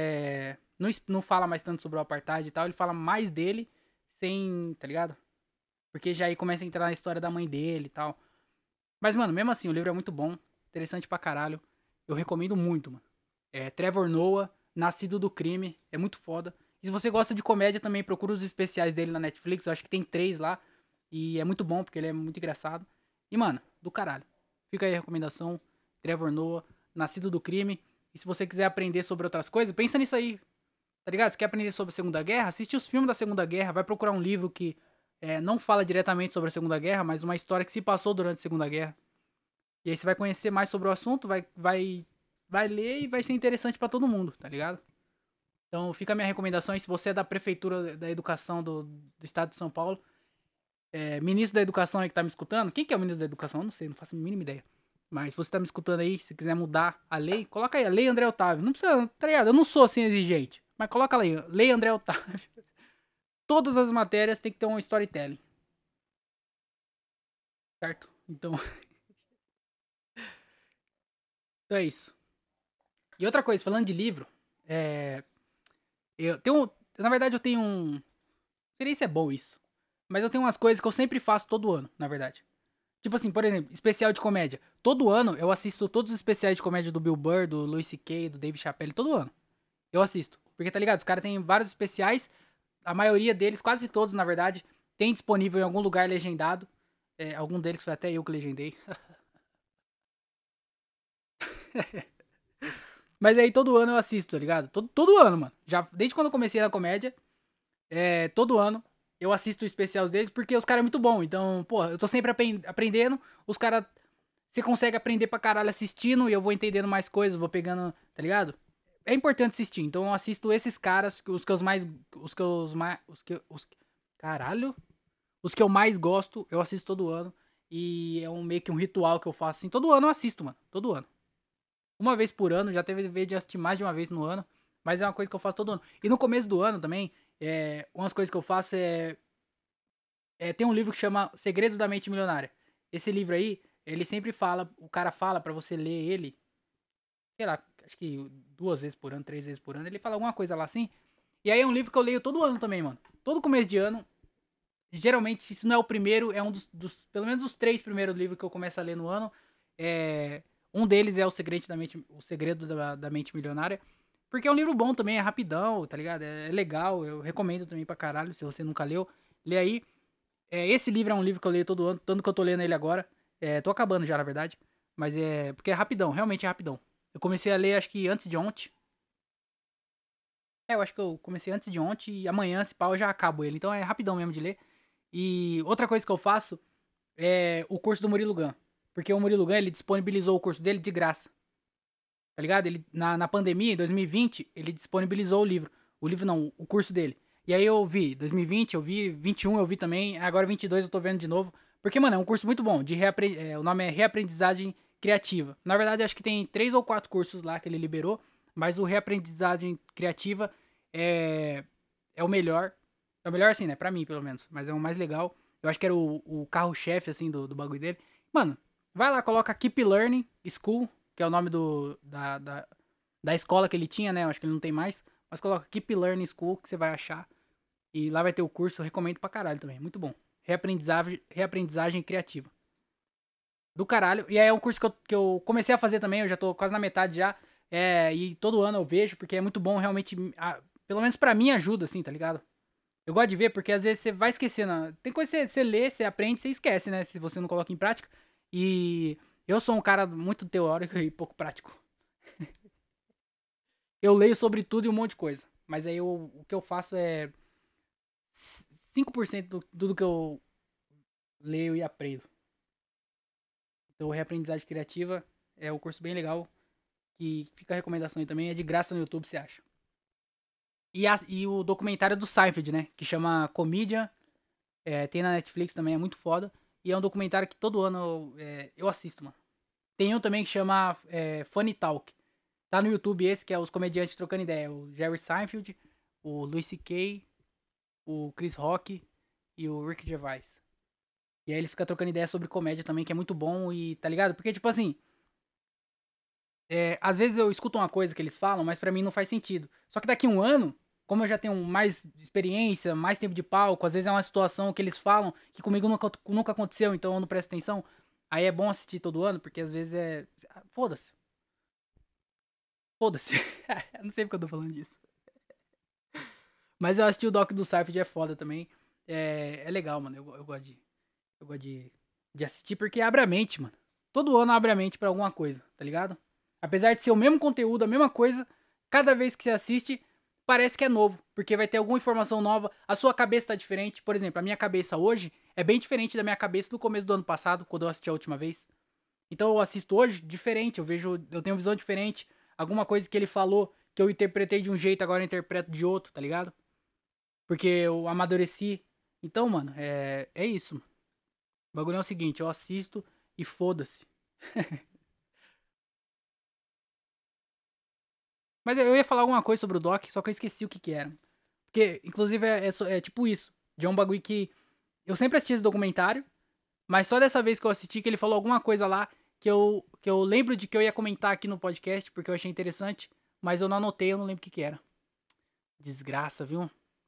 não fala mais tanto sobre o apartheid e tal. Ele fala mais dele sem. Tá ligado? Porque já aí começa a entrar na história da mãe dele e tal. Mas, mano, mesmo assim, o livro é muito bom. Interessante pra caralho. Eu recomendo muito, mano. Trevor Noah, Nascido do Crime. É muito foda. E se você gosta de comédia também, procura os especiais dele na Netflix. Eu acho que tem 3 lá. E é muito bom, porque ele é muito engraçado. E, mano, do caralho. Fica aí a recomendação. Trevor Noah, Nascido do Crime. E se você quiser aprender sobre outras coisas, pensa nisso aí. Tá ligado? Se quer aprender sobre a Segunda Guerra, assiste os filmes da Segunda Guerra. Vai procurar um livro que não fala diretamente sobre a Segunda Guerra, mas uma história que se passou durante a Segunda Guerra. E aí você vai conhecer mais sobre o assunto, vai ler e vai ser interessante pra todo mundo, tá ligado? Então fica a minha recomendação aí, se você é da Prefeitura da Educação do Estado de São Paulo, ministro da Educação aí que tá me escutando, quem que é o ministro da Educação? Eu não sei, não faço a mínima ideia. Mas se você tá me escutando aí, se quiser mudar a lei, coloca aí, a Lei André Otávio. Não precisa, tá ligado? Eu não sou assim exigente, mas coloca aí, Lei André Otávio. Todas as matérias tem que ter um storytelling, certo? Então é isso. E outra coisa, falando de livro, é, eu tenho. Na verdade, eu tenho um. Não sei nem se é bom isso. Mas eu tenho umas coisas que eu sempre faço todo ano, na verdade. Tipo assim, por exemplo, especial de comédia. Todo ano eu assisto todos os especiais de comédia do Bill Burr, do Louis C.K., do Dave Chappelle, todo ano. Eu assisto. Porque tá ligado? Os caras têm vários especiais. A maioria deles, quase todos, na verdade, tem disponível em algum lugar legendado. Algum deles foi até eu que legendei. Mas aí todo ano eu assisto, tá ligado? Todo ano, mano. Já, desde quando eu comecei na comédia, todo ano eu assisto o especial deles porque os caras é muito bom. Então, pô, eu tô sempre aprendendo. Os caras. Você consegue aprender pra caralho assistindo e eu vou entendendo mais coisas, vou pegando, tá ligado? É importante assistir. Então eu assisto esses caras, os que eu mais. Os que eu mais. Caralho. Os que eu mais gosto, eu assisto todo ano. E é meio que um ritual que eu faço assim. Todo ano eu assisto, mano. Todo ano. Uma vez por ano, já teve vez de assistir mais de uma vez no ano, mas é uma coisa que eu faço todo ano. E no começo do ano também, umas coisas que eu faço tem um livro que chama Segredos da Mente Milionária. Esse livro aí, ele sempre fala, o cara fala pra você ler ele, sei lá, acho que 2 vezes por ano, 3 vezes por ano. Ele fala alguma coisa lá assim. E aí é um livro que eu leio todo ano também, mano. Todo começo de ano. Geralmente, se não é o primeiro, é um pelo menos os 3 primeiros livros que eu começo a ler no ano. Um deles é O Segredo da Mente Milionária. Porque é um livro bom também, é rapidão, tá ligado? É legal, eu recomendo também pra caralho, se você nunca leu. Lê aí. Esse livro é um livro que eu leio todo ano, tanto que eu tô lendo ele agora. Tô acabando já, na verdade. Mas porque é rapidão, realmente é rapidão. Eu comecei a ler, acho que antes de ontem. Eu acho que eu comecei antes de ontem e amanhã, se pá, eu já acabo ele. Então é rapidão mesmo de ler. E outra coisa que eu faço é o curso do Murilo Gun. Porque o Murilo Gun, ele disponibilizou o curso dele de graça. Tá ligado? Ele, na pandemia, em 2020, ele disponibilizou o livro. O livro não, o curso dele. E aí eu vi 2020, eu vi 21, eu vi também. Agora 22 eu tô vendo de novo. Porque, mano, é um curso muito bom. O nome é Reaprendizagem Criativa. Na verdade, acho que tem 3 ou 4 cursos lá que ele liberou. Mas o Reaprendizagem Criativa é, é o melhor. É o melhor assim, né? Pra mim, pelo menos. Mas é o mais legal. Eu acho que era o carro-chefe, assim, do bagulho dele. Mano, vai lá, coloca Keep Learning School, que é o nome da escola que ele tinha, né? Eu acho que ele não tem mais. Mas coloca Keep Learning School, que você vai achar. E lá vai ter o curso, eu recomendo pra caralho também. Muito bom. Reaprendizagem criativa. Do caralho. E aí é um curso que eu comecei a fazer também, eu já tô quase na metade já. E todo ano eu vejo, porque é muito bom, realmente. Pelo menos pra mim ajuda, assim, tá ligado? Eu gosto de ver, porque às vezes você vai esquecendo. Tem coisa que você lê, você aprende, você esquece, né? Se você não coloca em prática. E eu sou um cara muito teórico e pouco prático. Eu leio sobre tudo e um monte de coisa. Mas aí o que eu faço é 5% do tudo que eu leio e aprendo. Então, Reaprendizagem Criativa é um curso bem legal. Que fica a recomendação aí também. É de graça no YouTube, você acha. E o documentário do Seinfeld, né? Que chama Comedian. Tem na Netflix também, é muito foda. E é um documentário que todo ano eu assisto, mano. Tem um também que chama Funny Talk. Tá no YouTube esse, que é os comediantes trocando ideia. O Jerry Seinfeld, o Louis C.K., o Chris Rock e o Rick Gervais. E aí eles ficam trocando ideia sobre comédia também, que é muito bom e tá ligado? Porque, tipo assim, às vezes eu escuto uma coisa que eles falam, mas pra mim não faz sentido. Só que daqui a um ano, como eu já tenho mais experiência, mais tempo de palco, às vezes é uma situação que eles falam que comigo nunca aconteceu, então eu não presto atenção. Aí é bom assistir todo ano, porque às vezes foda-se. Foda-se. Eu não sei porque eu tô falando disso. Mas eu assisti o doc do Seinfeld, é foda também. É legal, mano. Eu gosto de assistir porque abre a mente, mano. Todo ano abre a mente pra alguma coisa, tá ligado? Apesar de ser o mesmo conteúdo, a mesma coisa, cada vez que você assiste, parece que é novo. Porque vai ter alguma informação nova, a sua cabeça tá diferente. Por exemplo, a minha cabeça hoje é bem diferente da minha cabeça do começo do ano passado, quando eu assisti a última vez. Então eu assisto hoje diferente, eu tenho uma visão diferente. Alguma coisa que ele falou que eu interpretei de um jeito, agora eu interpreto de outro, tá ligado? Porque eu amadureci. Então, mano, é isso. O bagulho é o seguinte, eu assisto e foda-se. Mas eu ia falar alguma coisa sobre o Doc, só que eu esqueci o que era. Porque, inclusive, é tipo isso. De um bagulho que eu sempre assisti esse documentário, mas só dessa vez que eu assisti que ele falou alguma coisa lá que eu lembro de que eu ia comentar aqui no podcast, porque eu achei interessante, mas eu não anotei, eu não lembro o que era. Desgraça, viu?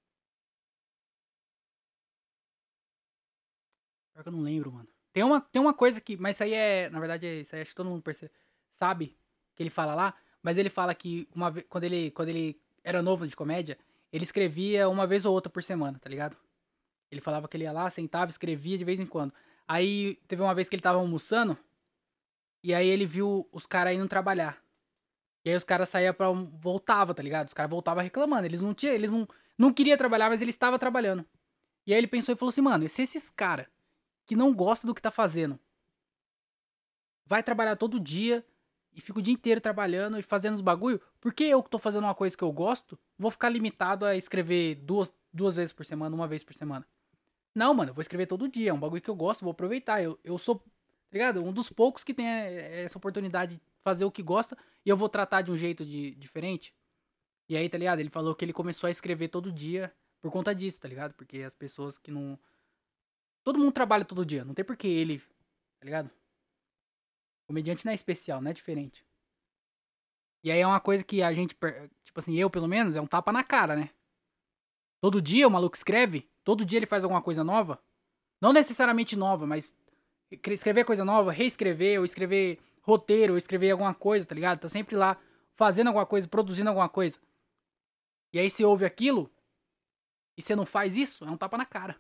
Pior que eu não lembro, mano. Tem uma coisa que. Mas isso aí na verdade, isso aí acho que todo mundo sabe que ele fala lá. Mas ele fala que uma vez. Quando ele era novo de comédia, ele escrevia uma vez ou outra por semana, tá ligado? Ele falava que ele ia lá, sentava, escrevia de vez em quando. Aí teve uma vez que ele tava almoçando. E aí ele viu os caras indo trabalhar. E aí os caras saíam pra. Voltava, tá ligado? Os caras voltavam reclamando. Eles não queriam trabalhar, mas eles estavam trabalhando. E aí ele pensou e falou assim, mano, e se esses caras que não gosta do que tá fazendo vai trabalhar todo dia e fica o dia inteiro trabalhando e fazendo os bagulho, por que eu que tô fazendo uma coisa que eu gosto, vou ficar limitado a escrever duas vezes por semana, uma vez por semana? Não, mano, eu vou escrever todo dia, é um bagulho que eu gosto, vou aproveitar. Eu sou, tá ligado? Um dos poucos que tem essa oportunidade de fazer o que gosta e eu vou tratar de um jeito diferente. E aí, tá ligado? Ele falou que ele começou a escrever todo dia por conta disso, tá ligado? Porque as pessoas que não. Todo mundo trabalha todo dia, não tem por que ele, tá ligado? Comediante não é especial, não é diferente. E aí é uma coisa que a gente, tipo assim, eu pelo menos, é um tapa na cara, né? Todo dia o maluco escreve, todo dia ele faz alguma coisa nova. Não necessariamente nova, mas escrever coisa nova, reescrever, ou escrever roteiro, ou escrever alguma coisa, tá ligado? Tá sempre lá fazendo alguma coisa, produzindo alguma coisa. E aí você ouve aquilo e você não faz isso, é um tapa na cara.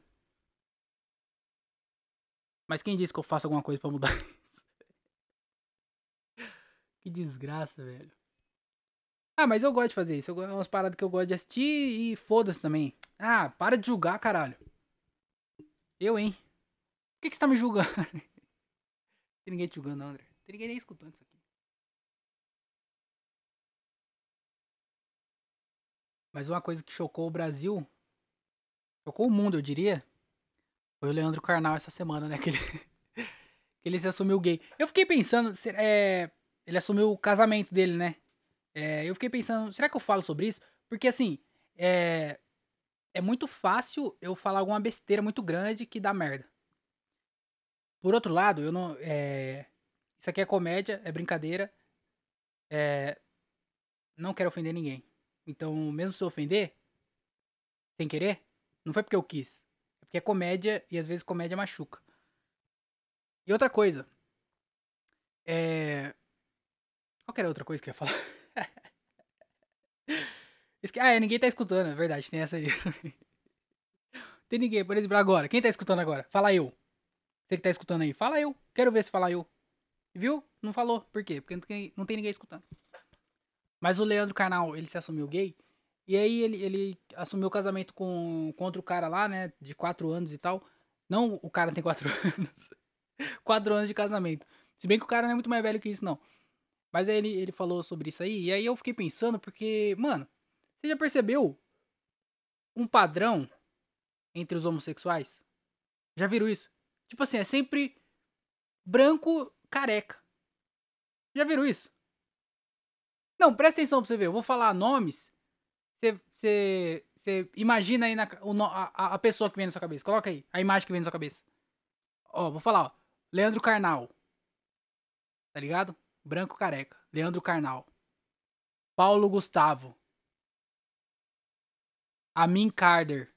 Mas quem disse que eu faço alguma coisa pra mudar? Que desgraça, velho. Ah, mas eu gosto de fazer isso. É umas paradas que eu gosto de assistir e foda-se também. Ah, para de julgar, caralho. Eu, hein? Por que você tá me julgando? Tem ninguém te julgando, não, André. Tem ninguém nem escutando isso aqui. Mas uma coisa que chocou o Brasil, chocou o mundo, eu diria, foi o Leandro Carnal essa semana, né? Que ele, que ele se assumiu gay. Eu fiquei pensando, ele assumiu o casamento dele, né? Eu fiquei pensando, será que eu falo sobre isso? Porque assim, é, é muito fácil eu falar alguma besteira muito grande que dá merda. Por outro lado, eu não. Isso aqui é comédia, é brincadeira. Não quero ofender ninguém. Então, mesmo se eu ofender, sem querer, não foi porque eu quis. É porque é comédia e às vezes comédia machuca. E outra coisa, é. Qual que era a outra coisa que eu ia falar? Ninguém tá escutando, é verdade, tem essa aí. Tem ninguém, por exemplo, agora. Quem tá escutando agora? Fala eu. Você que tá escutando aí, fala eu. Quero ver se fala eu. Viu? Não falou. Por quê? Porque não tem ninguém escutando. Mas o Leandro Carnal, ele se assumiu gay. E aí ele assumiu o casamento com outro cara lá, né? De 4 anos e tal. Não, o cara tem 4 anos. 4 anos de casamento. Se bem que o cara não é muito mais velho que isso, não. Mas aí ele falou sobre isso aí. E aí eu fiquei pensando, porque, mano, você já percebeu um padrão entre os homossexuais? Já viram isso? Tipo assim, é sempre branco careca. Já viram isso? Não, presta atenção pra você ver. Eu vou falar nomes. Você imagina aí a pessoa que vem na sua cabeça. Coloca aí a imagem que vem na sua cabeça. Ó, vou falar, ó. Leandro Carnal. Tá ligado? Branco careca. Leandro Carnal. Paulo Gustavo. Amin Carder.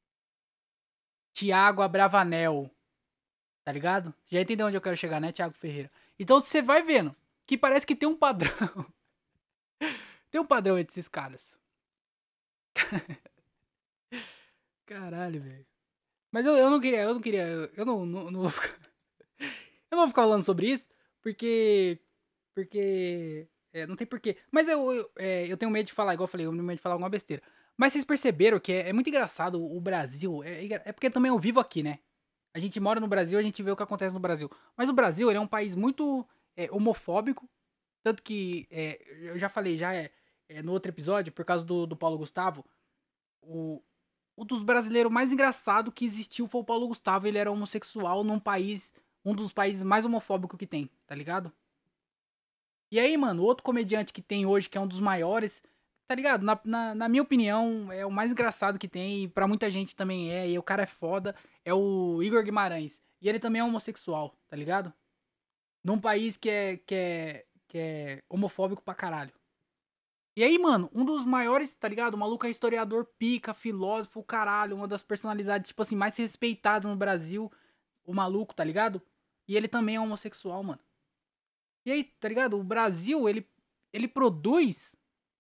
Tiago Abravanel. Tá ligado? Já entendeu onde eu quero chegar, né, Tiago Ferreira? Então você vai vendo que parece que tem um padrão. Tem um padrão entre esses caras. Caralho, velho. Mas eu não vou ficar, eu não vou ficar falando sobre isso, porque não tem porquê. Mas eu tenho medo de falar, igual eu falei, eu tenho medo de falar alguma besteira. Mas vocês perceberam que é muito engraçado o Brasil, é porque também eu vivo aqui, né? A gente mora no Brasil, a gente vê o que acontece no Brasil. Mas o Brasil, ele é um país muito homofóbico, tanto que, eu já falei já no outro episódio, por causa do Paulo Gustavo, o, um dos brasileiros mais engraçados que existiu foi o Paulo Gustavo. Ele era homossexual num país, um dos países mais homofóbicos que tem, tá ligado? E aí, mano, outro comediante que tem hoje, que é um dos maiores, tá ligado? Na minha opinião, é o mais engraçado que tem, e pra muita gente também e o cara é foda, é o Igor Guimarães. E ele também é homossexual, tá ligado? Num país que é homofóbico pra caralho. E aí, mano, um dos maiores, tá ligado? O maluco é historiador pica, filósofo, caralho, uma das personalidades, tipo assim, mais respeitadas no Brasil, o maluco, tá ligado? E ele também é homossexual, mano. E aí, tá ligado? O Brasil, ele produz,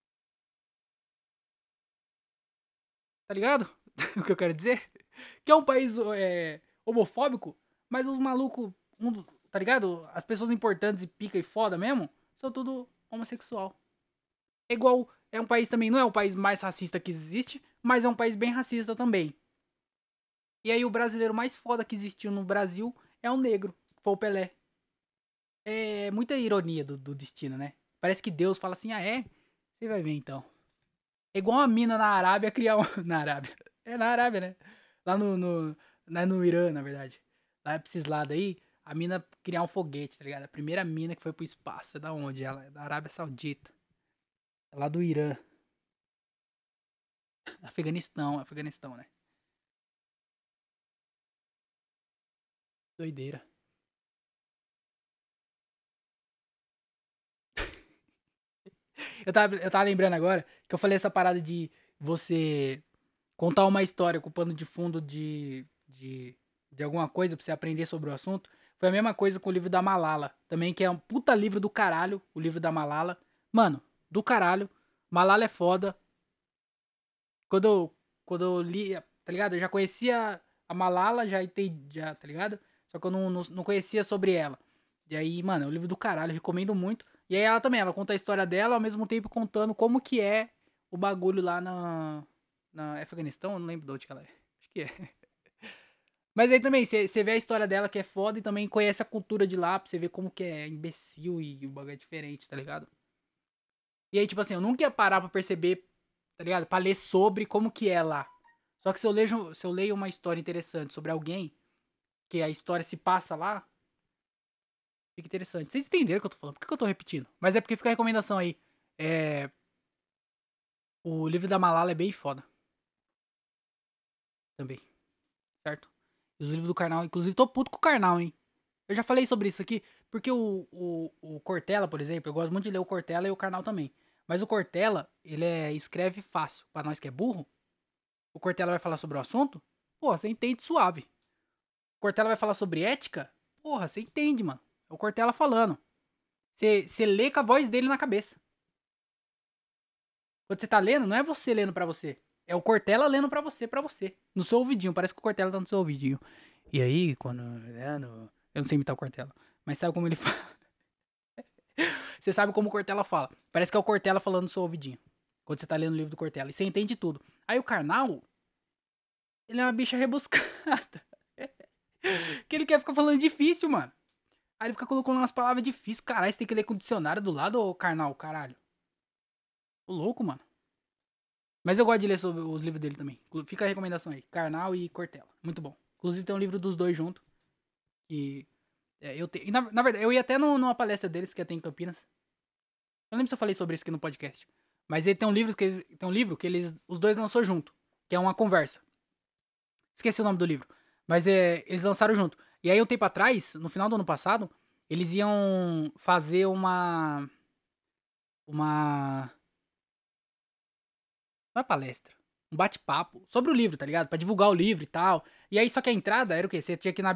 tá ligado? O que eu quero dizer? Que é um país homofóbico, mas os malucos, tá ligado? As pessoas importantes e pica e foda mesmo, são tudo homossexual. É igual, é um país também, não é o país mais racista que existe, mas é um país bem racista também. E aí o brasileiro mais foda que existiu no Brasil é um negro, foi o Pelé. É muita ironia do destino, né? Parece que Deus fala assim, é? Você vai ver então. É igual uma mina na Arábia criar uma... Na Arábia. É na Arábia, né? Lá no Irã, na verdade. Lá pra esses lados aí, a mina criar um foguete, tá ligado? A primeira mina que foi pro espaço. É da onde? Ela é da Arábia Saudita. É lá do Irã. Afeganistão, né? Doideira. Eu tava lembrando agora que eu falei essa parada de você contar uma história com o pano de fundo de alguma coisa pra você aprender sobre o assunto. Foi a mesma coisa com o livro da Malala. Também, que é um puta livro do caralho, o livro da Malala. Mano, do caralho. Malala é foda. Quando eu li, tá ligado? Eu já conhecia a Malala, já entendi, já, tá ligado? Só que eu não conhecia sobre ela. E aí, mano, é um livro do caralho, eu recomendo muito. E aí ela também, ela conta a história dela, ao mesmo tempo contando como que é o bagulho lá na Afeganistão, eu não lembro de onde que ela é. Acho que é. Mas aí também, você vê a história dela que é foda e também conhece a cultura de lá, pra você ver como que é imbecil e o bagulho é diferente, tá ligado? E aí, tipo assim, eu nunca ia parar pra perceber, tá ligado? Pra ler sobre como que é lá. Só que se eu leio uma história interessante sobre alguém, que a história se passa lá, fica interessante. Vocês entenderam o que eu tô falando? Por que eu tô repetindo? Mas é porque fica a recomendação aí. É, o livro da Malala é bem foda. Também. Certo? E os livros do Karnal, inclusive, tô puto com o Karnal, hein? Eu já falei sobre isso aqui, porque o Cortella, por exemplo, eu gosto muito de ler o Cortella e o Karnal também. Mas o Cortella, ele escreve fácil. Pra nós que é burro, o Cortella vai falar sobre o assunto, pô, você entende suave. O Cortella vai falar sobre ética, porra, você entende, mano. É o Cortella falando. Você lê com a voz dele na cabeça. Quando você tá lendo, não é você lendo pra você. É o Cortella lendo pra você, pra você. No seu ouvidinho. Parece que o Cortella tá no seu ouvidinho. E aí, quando. Eu não sei imitar o Cortella. Mas sabe como ele fala? Você sabe como o Cortella fala. Parece que é o Cortella falando no seu ouvidinho. Quando você tá lendo o livro do Cortella. E você entende tudo. Aí o Karnal, ele é uma bicha rebuscada. Que ele quer ficar falando difícil, mano. Aí ele fica colocando umas palavras difíceis. Caralho, você tem que ler com o dicionário do lado, ô Karnal, caralho. Ô louco, mano. Mas eu gosto de ler sobre os livros dele também. Fica a recomendação aí. Karnal e Cortella. Muito bom. Inclusive tem um livro dos dois junto. Que eu tenho. Na verdade, eu ia até numa palestra deles que ia ter em Campinas. Eu não lembro se eu falei sobre isso aqui no podcast. Mas ele tem um livro que os dois lançou junto. Que é uma conversa. Esqueci o nome do livro. Mas eles lançaram junto. E aí, um tempo atrás, no final do ano passado, eles iam fazer uma. Não é palestra. Um bate-papo sobre o livro, tá ligado? Pra divulgar o livro e tal. E aí, só que a entrada era o quê? Você tinha que ir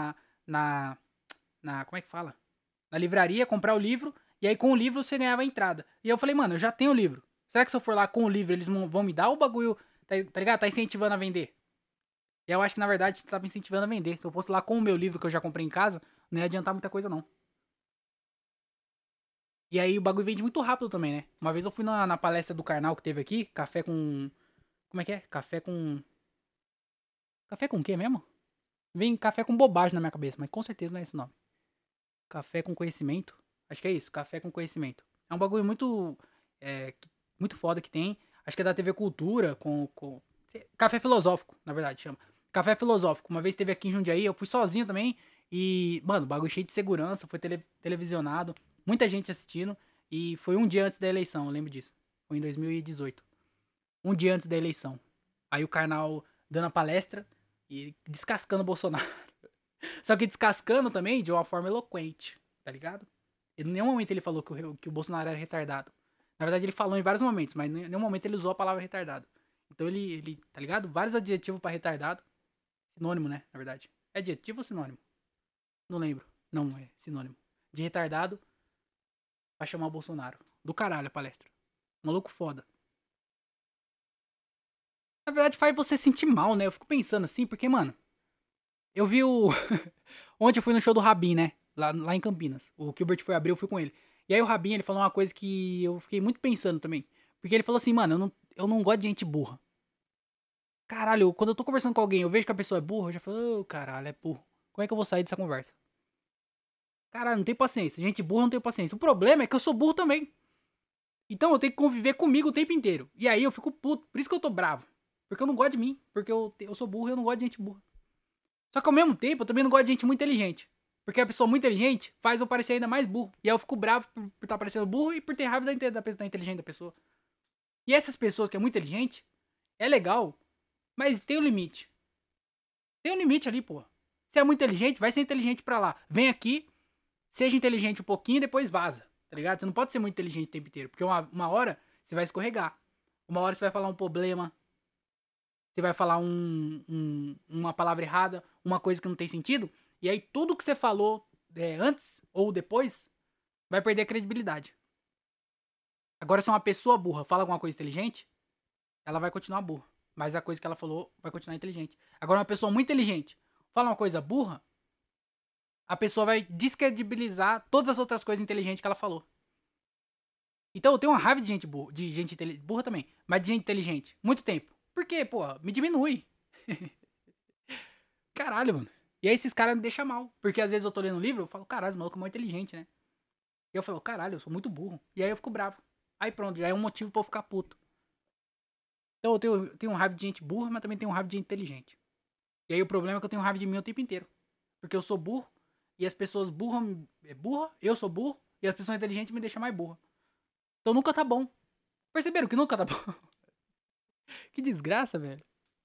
na. Como é que fala? Na livraria, comprar o livro. E aí, com o livro, você ganhava a entrada. E aí eu falei, mano, eu já tenho o livro. Será que se eu for lá com o livro, eles vão me dar o bagulho? Tá ligado? Tá incentivando a vender. E eu acho que, na verdade, tava incentivando a vender. Se eu fosse lá com o meu livro que eu já comprei em casa, não ia adiantar muita coisa, não. E aí o bagulho vende muito rápido também, né? Uma vez eu fui na palestra do Karnal que teve aqui, café com. Como é que é? Café com. Café com o quê mesmo? Vem café com bobagem na minha cabeça, mas com certeza não é esse o nome. Café com conhecimento. Acho que é isso, café com conhecimento. É um bagulho muito. Muito foda que tem. Acho que é da TV Cultura, com. Café filosófico, na verdade, chama. Café filosófico. Uma vez teve aqui em Jundiaí, eu fui sozinho também. E, mano, bagulho cheio de segurança, foi televisionado. Muita gente assistindo. E foi um dia antes da eleição, eu lembro disso. Foi em 2018. Um dia antes da eleição. Aí o Karnal dando a palestra e descascando o Bolsonaro. Só que descascando também de uma forma eloquente, tá ligado? Em nenhum momento ele falou que o Bolsonaro era retardado. Na verdade, ele falou em vários momentos, mas em nenhum momento ele usou a palavra retardado. Então ele tá ligado? Vários adjetivos pra retardado. Sinônimo, né? Na verdade. É adjetivo ou sinônimo? Não lembro. Não, é sinônimo. De retardado pra chamar o Bolsonaro. Do caralho a palestra. Maluco foda. Na verdade, faz você sentir mal, né? Eu fico pensando assim, porque, mano, eu vi o. Ontem eu fui no show do Rabin, né? Lá em Campinas. O Gilbert foi abrir, eu fui com ele. E aí o Rabin, ele falou uma coisa que eu fiquei muito pensando também. Porque ele falou assim, mano, eu não gosto de gente burra. Caralho, quando eu tô conversando com alguém, eu vejo que a pessoa é burra, eu já falo, ô, caralho, é burro. Como é que eu vou sair dessa conversa? Caralho, não tenho paciência. Gente burra não tem paciência. O problema é que eu sou burro também. Então eu tenho que conviver comigo o tempo inteiro. E aí eu fico puto. Por isso que eu tô bravo. Porque eu não gosto de mim. Porque eu sou burro e eu não gosto de gente burra. Só que ao mesmo tempo eu também não gosto de gente muito inteligente. Porque a pessoa muito inteligente faz eu parecer ainda mais burro. E aí eu fico bravo por estar parecendo burro e por ter raiva da inteligente da pessoa. E essas pessoas que é muito inteligente, é legal, mas tem um limite. Tem um limite ali, pô. Se é muito inteligente, vai ser inteligente pra lá. Vem aqui, seja inteligente um pouquinho e depois vaza. tá ligado? Você não pode ser muito inteligente o tempo inteiro, porque uma hora você vai escorregar. Uma hora você vai falar um problema, você vai falar uma palavra errada, uma coisa que não tem sentido, e aí tudo que você falou antes ou depois vai perder a credibilidade. Agora, se uma pessoa burra fala alguma coisa inteligente, ela vai continuar burra. Mas a coisa que ela falou vai continuar inteligente. Agora, uma pessoa muito inteligente fala uma coisa burra, a pessoa vai descredibilizar todas as outras coisas inteligentes que ela falou. Então eu tenho uma raiva de gente burra, burra também, mas de gente inteligente. Muito tempo. Por quê, porra? Me diminui. Caralho, mano. E aí esses caras me deixam mal. Porque às vezes eu tô lendo um livro, eu falo, caralho, esse maluco é muito inteligente, né? E eu falo, caralho, eu sou muito burro. E aí eu fico bravo. Aí pronto, já é um motivo pra eu ficar puto. Então eu tenho raiva de gente burra, mas também tenho raiva de gente inteligente. E aí o problema é que eu tenho raiva de mim o tempo inteiro. Porque eu sou burro, e as pessoas burra, eu sou burro, e as pessoas inteligentes me deixam mais burra. Então nunca tá bom. Perceberam que nunca tá bom? Que desgraça, velho.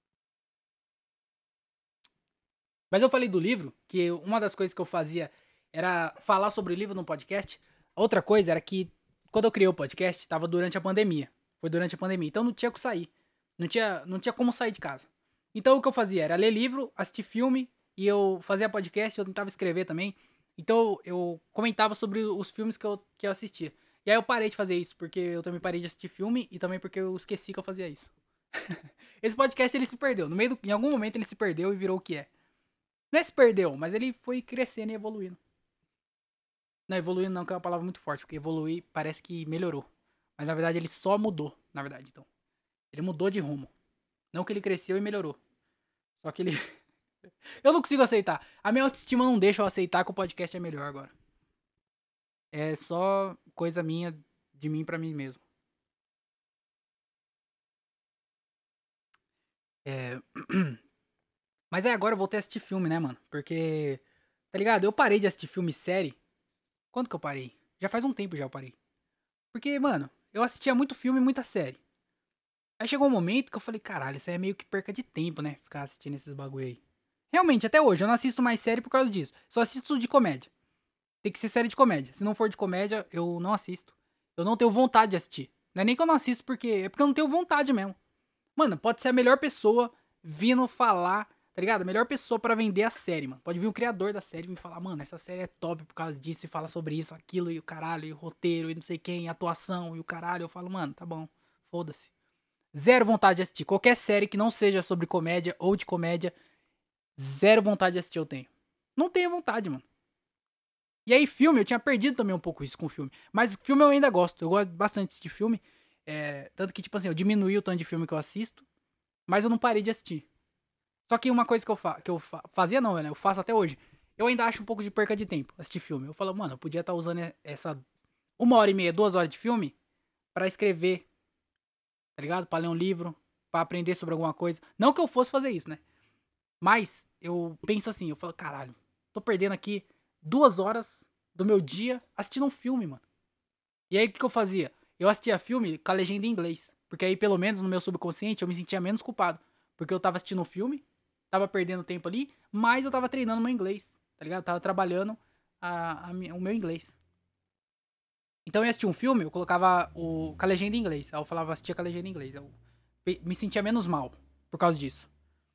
Mas eu falei do livro, que uma das coisas que eu fazia era falar sobre o livro no podcast. Outra coisa era que quando eu criei o podcast, tava durante a pandemia. Foi durante a pandemia, então não tinha que sair. Não tinha como sair de casa. Então o que eu fazia era ler livro, assistir filme, e eu fazia podcast, eu tentava escrever também. Então eu comentava sobre os filmes que eu assistia. E aí eu parei de fazer isso, porque eu também parei de assistir filme e também porque eu esqueci que eu fazia isso. Esse podcast ele se perdeu. Em algum momento ele se perdeu e virou o que é. Não é se perdeu, mas ele foi crescendo e evoluindo. Não, evoluindo não, que é uma palavra muito forte, porque evoluir parece que melhorou. Mas na verdade ele só mudou, na verdade, então. Ele mudou de rumo. Não que ele cresceu e melhorou. Só que ele. Eu não consigo aceitar. A minha autoestima não deixa eu aceitar que o podcast é melhor agora. É só coisa minha, de mim pra mim mesmo. É. Mas agora eu voltei a assistir filme, né, mano? Porque. Tá ligado? Eu parei de assistir filme e série. Quando que eu parei? Já faz um tempo já eu parei. Porque, mano, eu assistia muito filme e muita série. Aí chegou um momento que eu falei, caralho, isso aí é meio que perca de tempo, né? Ficar assistindo esses bagulho aí. Realmente, até hoje, eu não assisto mais série por causa disso. Só assisto de comédia. Tem que ser série de comédia. Se não for de comédia, eu não assisto. Eu não tenho vontade de assistir. Não é nem que eu não assisto porque. É porque eu não tenho vontade mesmo. Mano, pode ser a melhor pessoa vindo falar, tá ligado? A melhor pessoa pra vender a série, mano. Pode vir o criador da série e me falar, mano, essa série é top por causa disso e fala sobre isso, aquilo e o caralho, e o roteiro e não sei quem, atuação e o caralho. Eu falo, mano, tá bom, foda-se. Zero vontade de assistir. Qualquer série que não seja sobre comédia ou de comédia, zero vontade de assistir eu tenho. Não tenho vontade, mano. E aí, filme, eu tinha perdido também um pouco isso com o filme. Mas filme eu ainda gosto. Eu gosto bastante de assistir filme. Tanto que, tipo assim, eu diminuí o tanto de filme que eu assisto. Mas eu não parei de assistir. Só que uma coisa que eu fazia, não, né? Eu faço até hoje. Eu ainda acho um pouco de perca de tempo assistir filme. Eu falo, mano, eu podia estar usando essa 1h30, 2 horas de filme pra escrever, tá ligado? Pra ler um livro, pra aprender sobre alguma coisa. Não que eu fosse fazer isso, né? Mas eu penso assim, eu falo, caralho, tô perdendo aqui 2 horas do meu dia assistindo um filme, mano. E aí o que eu fazia? Eu assistia filme com a legenda em inglês. Porque aí, pelo menos, no meu subconsciente, eu me sentia menos culpado. Porque eu tava assistindo um filme, tava perdendo tempo ali, mas eu tava treinando meu inglês, tá ligado? Eu tava trabalhando o meu inglês. Então eu ia assistir um filme, eu colocava com a legenda em inglês. Aí eu falava, assistia com a legenda em inglês. Eu me sentia menos mal por causa disso.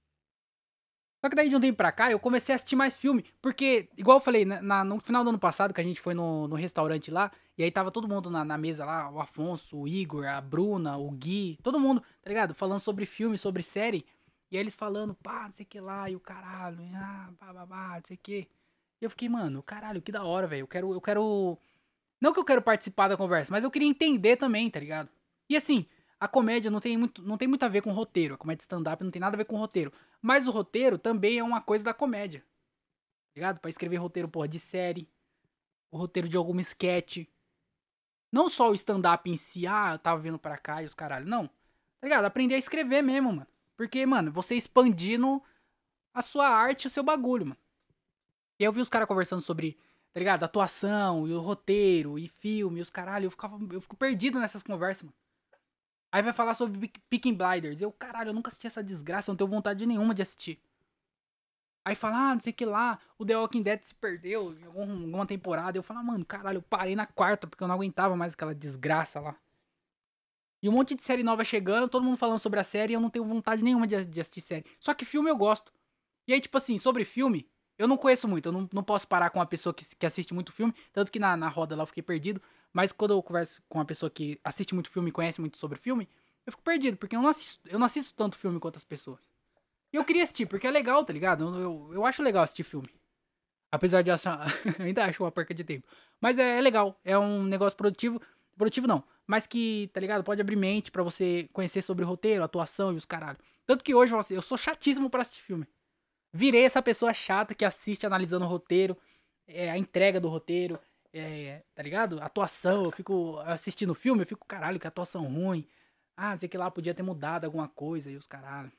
Só que daí de um tempo pra cá, eu comecei a assistir mais filme. Porque, igual eu falei, no final do ano passado, que a gente foi no restaurante lá, e aí tava todo mundo na mesa lá, o Afonso, o Igor, a Bruna, o Gui, todo mundo, tá ligado? Falando sobre filme, sobre série. E aí eles falando, pá, não sei o que lá, e o caralho, não sei o que. E eu fiquei, mano, caralho, que da hora, velho. Eu quero. Não que eu quero participar da conversa, mas eu queria entender também, tá ligado? E assim, a comédia não tem muito a ver com roteiro. A comédia stand-up não tem nada a ver com roteiro. Mas o roteiro também é uma coisa da comédia. Tá ligado? Pra escrever roteiro, porra, de série. O roteiro de alguma sketch. Não só o stand-up em si, eu tava vindo pra cá e os caralho. Não. Tá ligado? Aprender a escrever mesmo, mano. Porque, mano, você expandindo a sua arte e o seu bagulho, mano. E aí eu vi os caras conversando sobre, tá ligado? Atuação, e o roteiro, e filme, e os caralho. Eu fico perdido nessas conversas, mano. Aí vai falar sobre Peaky Blinders. Eu, caralho, eu nunca assisti essa desgraça, eu não tenho vontade nenhuma de assistir. Aí fala, não sei o que lá, o The Walking Dead se perdeu em alguma temporada. Eu falo, mano, caralho, eu parei na quarta porque eu não aguentava mais aquela desgraça lá. E um monte de série nova chegando, todo mundo falando sobre a série e eu não tenho vontade nenhuma de assistir série. Só que filme eu gosto. E aí, tipo assim, sobre filme, eu não conheço muito. Eu não posso parar com uma pessoa que assiste muito filme. Tanto que na roda lá eu fiquei perdido. Mas quando eu converso com uma pessoa que assiste muito filme e conhece muito sobre filme, eu fico perdido. Porque eu não assisto tanto filme quanto as pessoas. E eu queria assistir, porque é legal, tá ligado? Eu acho legal assistir filme. Apesar de achar. Ainda acho uma perca de tempo. Mas é legal. É um negócio produtivo. Produtivo não. Mas que, tá ligado? Pode abrir mente pra você conhecer sobre roteiro, atuação e os caralho. Tanto que hoje eu sou chatíssimo pra assistir filme. Virei essa pessoa chata que assiste analisando o roteiro, a entrega do roteiro, tá ligado? Atuação, eu fico assistindo o filme, eu fico, caralho, que atuação ruim. Ah, sei que lá podia ter mudado alguma coisa e os caralho.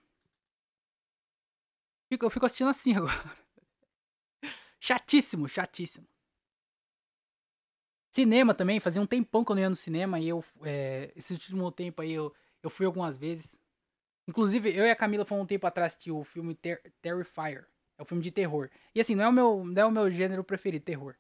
Eu fico assistindo assim agora. Chatíssimo, chatíssimo. Cinema também, fazia um tempão que eu não ia no cinema e esse último tempo aí eu fui algumas vezes. Inclusive, eu e a Camila fomos um tempo atrás assistir o filme Terrifier. É um filme de terror. E assim, não é o meu gênero preferido, terror.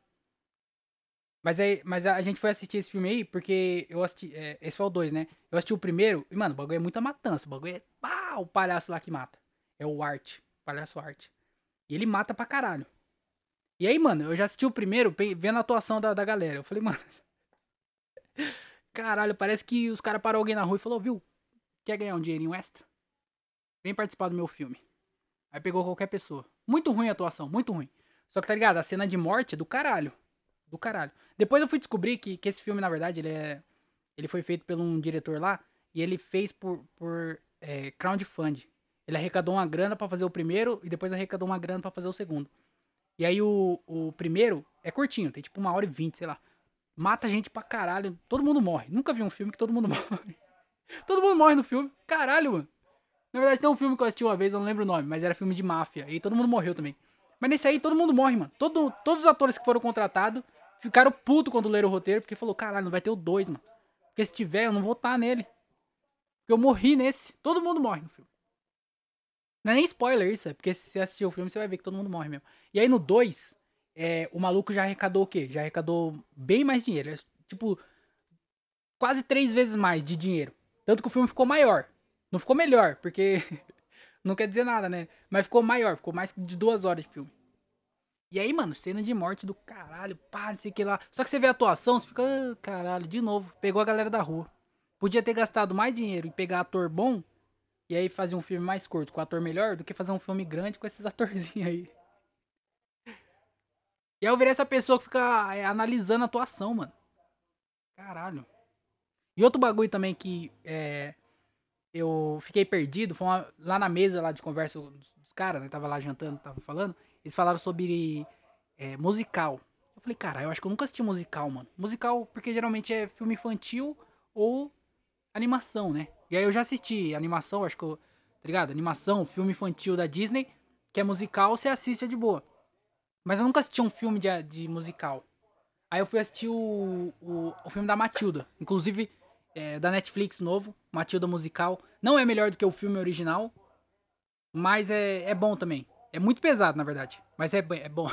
Mas a gente foi assistir esse filme aí porque eu assisti. Esse foi o 2, né? Eu assisti o primeiro e, mano, o bagulho é muita matança. O bagulho é. Pá, o palhaço lá que mata. É o Art. O palhaço Art. E ele mata pra caralho. E aí, mano, eu já assisti o primeiro vendo a atuação da galera. Eu falei, mano, caralho, parece que os caras pararam alguém na rua e falou, viu, quer ganhar um dinheirinho extra? Vem participar do meu filme. Aí pegou qualquer pessoa. Muito ruim a atuação, muito ruim. Só que tá ligado? A cena de morte é do caralho. Do caralho. Depois eu fui descobrir que esse filme, na verdade, ele foi feito por um diretor lá. E ele fez por crowdfunding. Ele arrecadou uma grana pra fazer o primeiro e depois arrecadou uma grana pra fazer o segundo. E aí o primeiro é curtinho, tem tipo 1h20, sei lá. Mata gente pra caralho. Todo mundo morre. Nunca vi um filme que todo mundo morre. Todo mundo morre no filme. Caralho, mano. Na verdade, tem um filme que eu assisti uma vez, eu não lembro o nome, mas era filme de máfia. E todo mundo morreu também. Mas nesse aí, todo mundo morre, mano. Todos os atores que foram contratados ficaram putos quando leram o roteiro, porque falou, caralho, não vai ter o 2, mano. Porque se tiver, eu não vou estar nele. Porque eu morri nesse. Todo mundo morre no filme. Não é nem spoiler isso, é porque se você assistir o filme, você vai ver que todo mundo morre mesmo. E aí no 2, o maluco já arrecadou o quê? Já arrecadou bem mais dinheiro. Tipo, quase 3 vezes mais de dinheiro. Tanto que o filme ficou maior. Não ficou melhor, porque não quer dizer nada, né? Mas ficou maior, ficou mais de 2 horas de filme. E aí, mano, cena de morte do caralho, pá, não sei o que lá. Só que você vê a atuação, você fica, caralho, de novo. Pegou a galera da rua. Podia ter gastado mais dinheiro e pegar ator bom, e aí fazer um filme mais curto com ator melhor, do que fazer um filme grande com esses atorzinhos aí. E aí eu virei essa pessoa que fica analisando a atuação, mano. Caralho. E outro bagulho também que eu fiquei perdido, foi lá na mesa lá de conversa dos caras, né? Tava lá jantando, tava falando. Eles falaram sobre musical. Eu falei, cara, eu acho que eu nunca assisti musical, mano. Musical, porque geralmente é filme infantil ou animação, né? E aí eu já assisti animação, acho que eu, tá ligado? Animação, filme infantil da Disney, que é musical, você assiste é de boa. Mas eu nunca assisti um filme de musical. Aí eu fui assistir o filme da Matilda. Inclusive, da Netflix novo, Matilda musical. Não é melhor do que o filme original, mas é bom também. É muito pesado, na verdade. Mas é bom.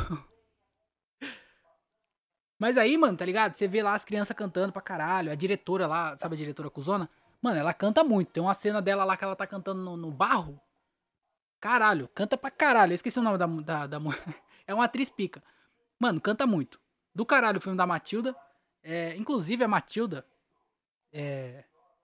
Mas aí, mano, tá ligado? Você vê lá as crianças cantando pra caralho. A diretora lá, sabe a diretora cuzona? Mano, ela canta muito. Tem uma cena dela lá que ela tá cantando no barro. Caralho, canta pra caralho. Eu esqueci o nome da mulher. É uma atriz pica. Mano, canta muito. Do caralho o filme da Matilda. Inclusive a Matilda. É...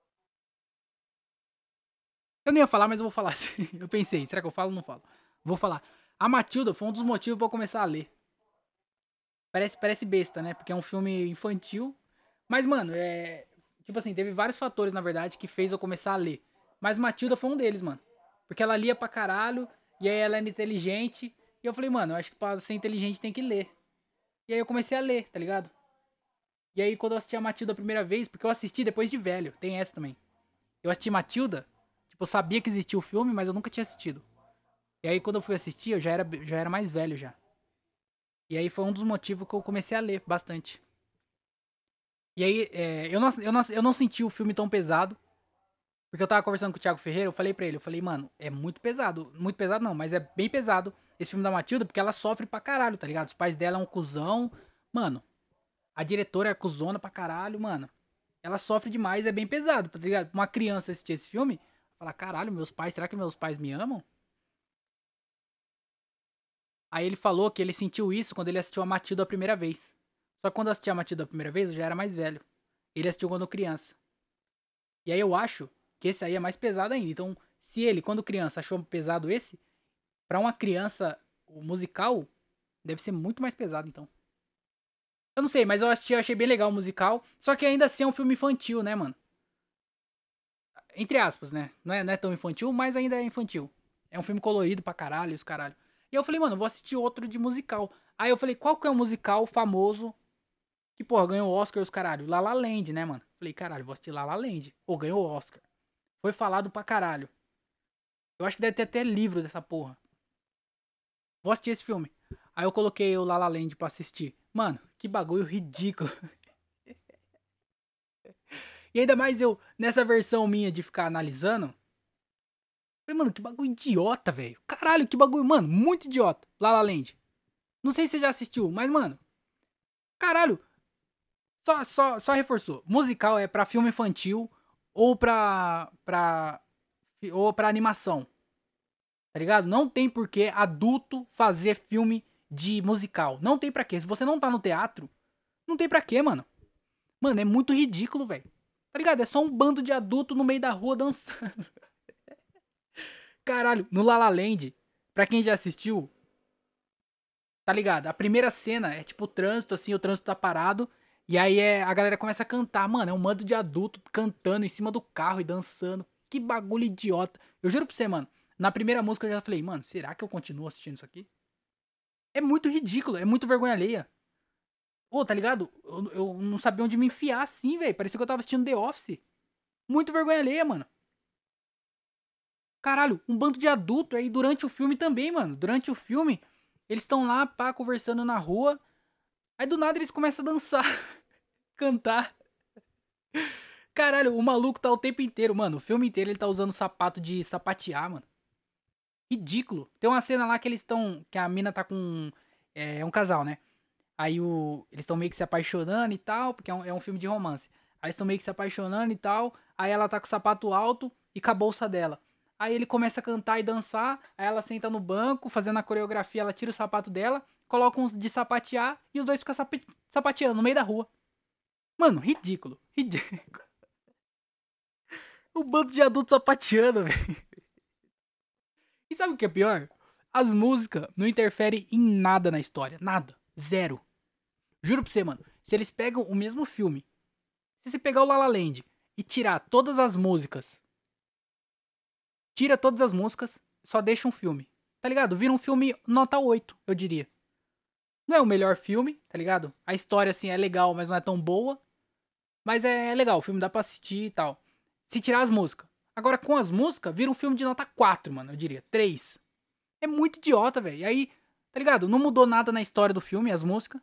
Eu não ia falar, mas eu vou falar assim. Eu pensei, será que eu falo ou não falo? Vou falar. A Matilda foi um dos motivos pra eu começar a ler. Parece besta, né? Porque é um filme infantil. Mas, mano, tipo assim, teve vários fatores, na verdade, que fez eu começar a ler. Mas Matilda foi um deles, mano. Porque ela lia pra caralho, e aí ela era inteligente. E eu falei, mano, eu acho que pra ser inteligente tem que ler. E aí eu comecei a ler, tá ligado? E aí quando eu assisti a Matilda a primeira vez, porque eu assisti depois de velho, tem essa também. Eu assisti Matilda, tipo, eu sabia que existia o filme, mas eu nunca tinha assistido. E aí quando eu fui assistir, eu já era mais velho já. E aí foi um dos motivos que eu comecei a ler bastante. E aí, eu não senti o filme tão pesado. Porque eu tava conversando com o Thiago Ferreira, eu falei pra ele, mano, é muito pesado. Muito pesado não, mas é bem pesado esse filme da Matilda porque ela sofre pra caralho, tá ligado? Os pais dela é um cuzão. Mano, a diretora é cuzona pra caralho, mano. Ela sofre demais, é bem pesado, tá ligado? Uma criança assistir esse filme, falar, caralho, meus pais, será que meus pais me amam? Aí ele falou que ele sentiu isso quando ele assistiu a Matilda a primeira vez. Só que quando eu assisti a Matilda a primeira vez, eu já era mais velho. Ele assistiu quando criança. E aí eu acho que esse aí é mais pesado ainda. Então, se ele, quando criança, achou pesado esse, pra uma criança, o musical deve ser muito mais pesado, então. Eu não sei, mas eu assisti, eu achei bem legal o musical. Só que ainda assim é um filme infantil, né, mano? Entre aspas, né? Não é tão infantil, mas ainda é infantil. É um filme colorido pra caralho, os caralho. E eu falei, mano, eu vou assistir outro de musical. Aí eu falei, qual que é o musical famoso que, porra, ganhou o Oscar os caralho? La La Land, né, mano? Falei, caralho, vou assistir La La Land. Pô, ganhou o Oscar. Foi falado pra caralho. Eu acho que deve ter até livro dessa porra. Vou assistir esse filme. Aí eu coloquei o La La Land pra assistir. Mano, que bagulho ridículo. E ainda mais eu, nessa versão minha de ficar analisando. Falei, mano, que bagulho idiota, velho. Caralho, que bagulho, mano, muito idiota. La La Land. Não sei se você já assistiu, mas, mano. Caralho. Só reforçou. Musical é pra filme infantil ou ou pra animação. Tá ligado? Não tem por que adulto fazer filme de musical. Não tem pra quê. Se você não tá no teatro, não tem pra quê, mano. Mano, é muito ridículo, velho. Tá ligado? É só um bando de adulto no meio da rua dançando. Caralho, no La La Land, pra quem já assistiu, tá ligado? A primeira cena é tipo o trânsito, assim, o trânsito tá parado. E aí a galera começa a cantar. Mano, é um bando de adulto cantando em cima do carro e dançando. Que bagulho idiota. Eu juro pra você, mano. Na primeira música eu já falei, mano, será que eu continuo assistindo isso aqui? É muito ridículo, é muito vergonha alheia. Ô, tá ligado? Eu não sabia onde me enfiar assim, velho. Parecia que eu tava assistindo The Office. Muito vergonha alheia, mano. Caralho, um bando de adulto aí durante o filme também, mano. Durante o filme, eles estão lá, pá, conversando na rua. Aí do nada eles começam a dançar, cantar. Caralho, o maluco tá o tempo inteiro, mano. O filme inteiro ele tá usando sapato de sapatear, mano. Ridículo. Tem uma cena lá que eles estão. Que a mina tá com. É um casal, né? Aí eles estão meio que se apaixonando e tal, porque é um filme de romance. Aí eles estão meio que se apaixonando e tal. Aí ela tá com o sapato alto e com a bolsa dela. Aí ele começa a cantar e dançar. Aí ela senta no banco, fazendo a coreografia. Ela tira o sapato dela, coloca uns de sapatear e os dois ficam sapateando no meio da rua. Mano, ridículo. Ridículo. O bando de adultos sapateando, velho. E sabe o que é pior? As músicas não interferem em nada na história. Nada. Zero. Juro pra você, mano. Se eles pegam o mesmo filme, se você pegar o La La Land e tirar todas as músicas, tira todas as músicas, só deixa um filme. Tá ligado? Vira um filme nota 8, eu diria. Não é o melhor filme, tá ligado? A história, assim, é legal, mas não é tão boa. Mas é legal, o filme dá pra assistir e tal. Se tirar as músicas. Agora, com as músicas, vira um filme de nota 4, mano, eu diria. 3. É muito idiota, velho. E aí, tá ligado? Não mudou nada na história do filme, as músicas.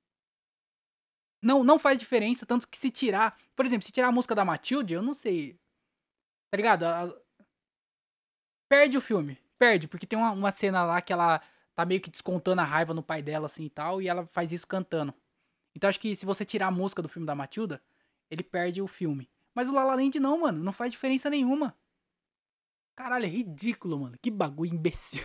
Não faz diferença, tanto que se tirar. Por exemplo, se tirar a música da Matilde, eu não sei. Tá ligado? Perde o filme. Perde, porque tem uma cena lá que ela tá meio que descontando a raiva no pai dela, assim e tal, e ela faz isso cantando. Então acho que se você tirar a música do filme da Matilda, ele perde o filme. Mas o La La Land não, mano. Não faz diferença nenhuma. Caralho, é ridículo, mano. Que bagulho imbecil.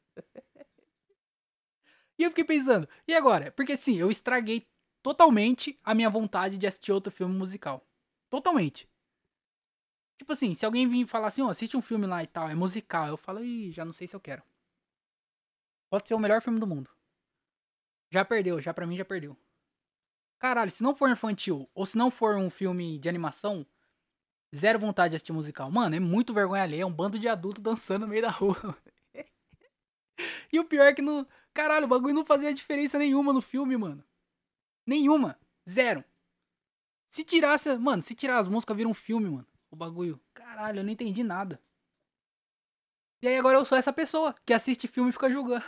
E eu fiquei pensando, e agora? Porque assim, eu estraguei totalmente a minha vontade de assistir outro filme musical. Totalmente. Tipo assim, se alguém vir falar assim, ó, assiste um filme lá e tal, é musical, eu falo, ih, já não sei se eu quero. Pode ser o melhor filme do mundo. Já perdeu, já pra mim já perdeu. Caralho, se não for infantil, ou se não for um filme de animação, zero vontade de assistir musical. Mano, é muito vergonha alheia, é um bando de adulto dançando no meio da rua. E o pior é que no. Caralho, o bagulho não fazia diferença nenhuma no filme, mano. Nenhuma. Zero. Se tirasse. Mano, se tirar as músicas, vira um filme, mano. O bagulho. Caralho, eu não entendi nada. E aí agora eu sou essa pessoa que assiste filme e fica julgando.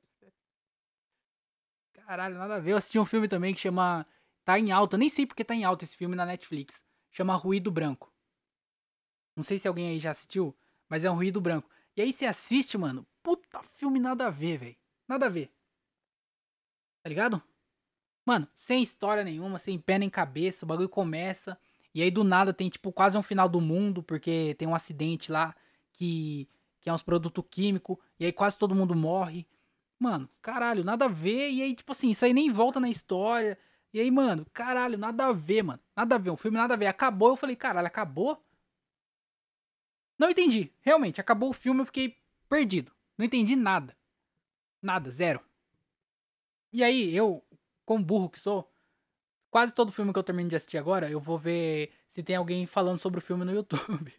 Caralho, nada a ver. Eu assisti um filme também que chama. Tá em alta. Eu nem sei porque tá em alta esse filme na Netflix. Chama Ruído Branco. Não sei se alguém aí já assistiu, mas é um Ruído Branco. E aí você assiste, mano. puta filme nada a ver, velho. Nada a ver. Tá ligado? Mano, sem história nenhuma, sem pé nem cabeça, o bagulho começa. E aí do nada tem, tipo, quase um final do mundo, porque tem um acidente lá que é uns produtos químicos. E aí quase todo mundo morre. Mano, caralho, nada a ver. E aí, tipo assim, isso aí nem volta na história. E aí, mano, caralho, nada a ver, mano. Nada a ver, um filme nada a ver. Acabou, eu falei, caralho, acabou? Não entendi. Realmente, acabou o filme, eu fiquei perdido. Não entendi nada. Nada, zero. E aí, eu, como burro que sou, quase todo filme que eu termino de assistir agora, eu vou ver se tem alguém falando sobre o filme no YouTube.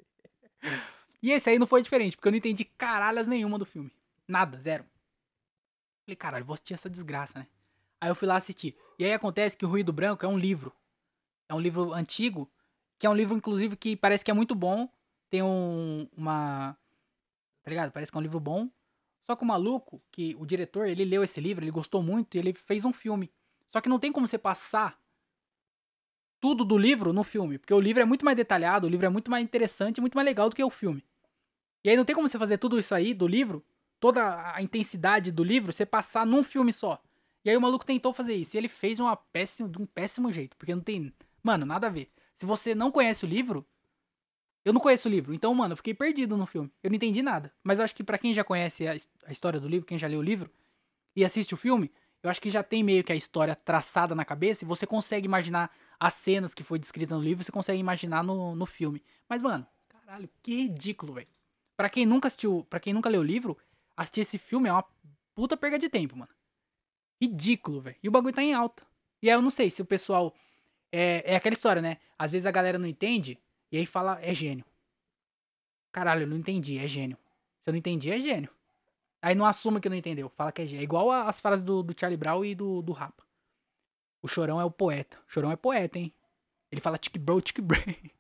E esse aí não foi diferente, porque eu não entendi caralhas nenhuma do filme. Nada, zero. Falei, caralho, vou assistir essa desgraça, né? Aí eu fui lá assistir. E aí acontece que o Ruído Branco é um livro. É um livro antigo, que é um livro, inclusive, que parece que é muito bom. Tem uma... Tá ligado? Parece que é um livro bom. Só que o maluco, que o diretor, ele leu esse livro, ele gostou muito e ele fez um filme. Só que não tem como você passar tudo do livro no filme, porque o livro é muito mais detalhado, o livro é muito mais interessante, muito mais legal do que o filme. E aí não tem como você fazer tudo isso aí do livro, toda a intensidade do livro, você passar num filme só. E aí o maluco tentou fazer isso, e ele fez de um péssimo jeito, porque não tem, mano, nada a ver. Se você não conhece o livro, eu não conheço o livro, então, mano, eu fiquei perdido no filme. Eu não entendi nada. Mas eu acho que pra quem já conhece a história do livro, quem já leu o livro e assiste o filme, eu acho que já tem meio que a história traçada na cabeça e você consegue imaginar as cenas que foi descrita no livro, você consegue imaginar no filme. Mas, mano, caralho, que ridículo, velho. Pra quem nunca assistiu, pra quem nunca leu o livro, assistir esse filme é uma puta perda de tempo, mano. Ridículo, velho. E o bagulho tá em alta. E aí eu não sei se o pessoal. É aquela história, né? Às vezes a galera não entende e aí fala, é gênio. Caralho, eu não entendi, é gênio. Se eu não entendi, é gênio. Aí não assuma que não entendeu, fala que é gênio. É igual as frases do Charlie Brown e do Rapa. O Chorão é o poeta. O Chorão é poeta, hein? Ele fala tic bro, tic bro.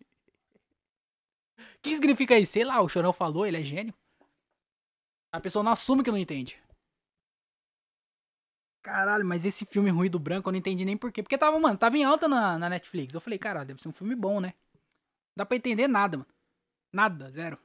O que significa isso? Sei lá, o Chorão falou, ele é gênio. A pessoa não assume que não entende. Caralho, mas esse filme Ruído Branco eu não entendi nem por quê. Porque tava, mano, tava em alta na Netflix. Eu falei, caralho, deve ser um filme bom, né? Não dá pra entender nada, mano. Nada, zero.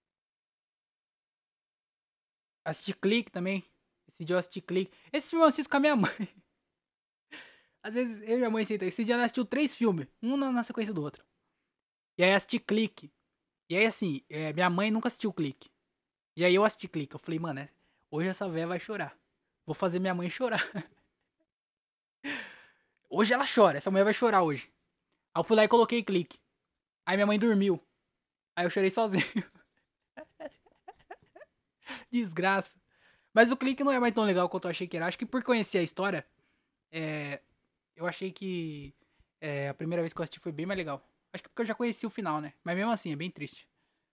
Assisti Clique também. Esse dia eu assisti Clique. Esse filme eu assisto com a minha mãe. Às vezes eu e minha mãe sentam. Esse dia ela assistiu 3 filmes. Um na sequência do outro. E aí assisti Clique. E aí assim, minha mãe nunca assistiu Clique. E aí eu assisti Clique. Eu falei, mano, hoje essa véia vai chorar. Vou fazer minha mãe chorar. Hoje ela chora. Essa mulher vai chorar hoje. Aí eu fui lá e coloquei Clique. Aí minha mãe dormiu. Aí eu chorei sozinho. Desgraça. Mas o Clique não é mais tão legal quanto eu achei que era. Acho que por conhecer a história, eu achei que a primeira vez que eu assisti foi bem mais legal. Acho que porque eu já conheci o final, né? Mas mesmo assim, é bem triste.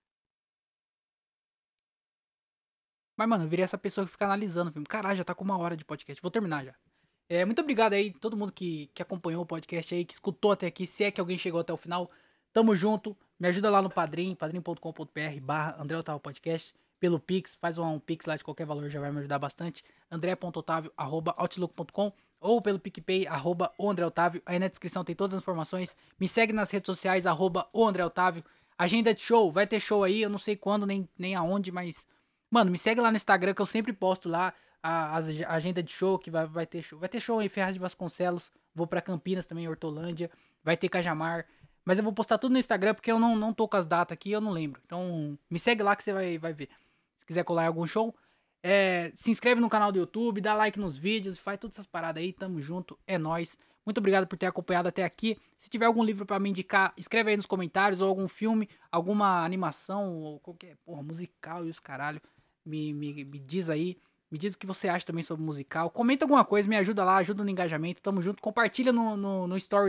Mas, mano, eu virei essa pessoa que fica analisando o filme. Caralho, já tá com 1 hora de podcast. Vou terminar já. Muito obrigado aí, todo mundo que acompanhou o podcast aí, que escutou até aqui. Se é que alguém chegou até o final, tamo junto. Me ajuda lá no Padrim, padrim.com.br/André Otávio Podcast. Pelo Pix, faz um Pix lá de qualquer valor, já vai me ajudar bastante. andré.otavio@outlook.com ou pelo PicPay, @o André Otávio. Aí na descrição tem todas as informações. Me segue nas redes sociais, @o André Otávio. Agenda de show, vai ter show aí, eu não sei quando, nem aonde, mas... Mano, me segue lá no Instagram que eu sempre posto lá a agenda de show, que vai ter show. Vai ter show em Ferraz de Vasconcelos, vou pra Campinas também, Hortolândia, vai ter Cajamar. Mas eu vou postar tudo no Instagram porque eu não tô com as datas aqui, eu não lembro. Então me segue lá que você vai ver. Se quiser colar em algum show, se inscreve no canal do YouTube, dá like nos vídeos, faz todas essas paradas aí, tamo junto, é nóis. Muito obrigado por ter acompanhado até aqui. Se tiver algum livro pra me indicar, escreve aí nos comentários, ou algum filme, alguma animação, ou qualquer porra, musical e os caralho. Me diz aí. Me diz o que você acha também sobre o musical. Comenta alguma coisa, me ajuda lá, ajuda no engajamento. Tamo junto. Compartilha no story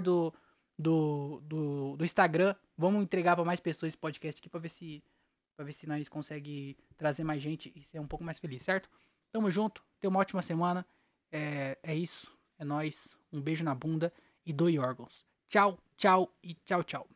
do Instagram. Vamos entregar pra mais pessoas esse podcast aqui pra ver se nós conseguimos trazer mais gente e ser um pouco mais feliz, certo? Tamo junto. Tenha uma ótima semana. É isso. É nóis. Um beijo na bunda e doe órgãos. Tchau, tchau e tchau, tchau.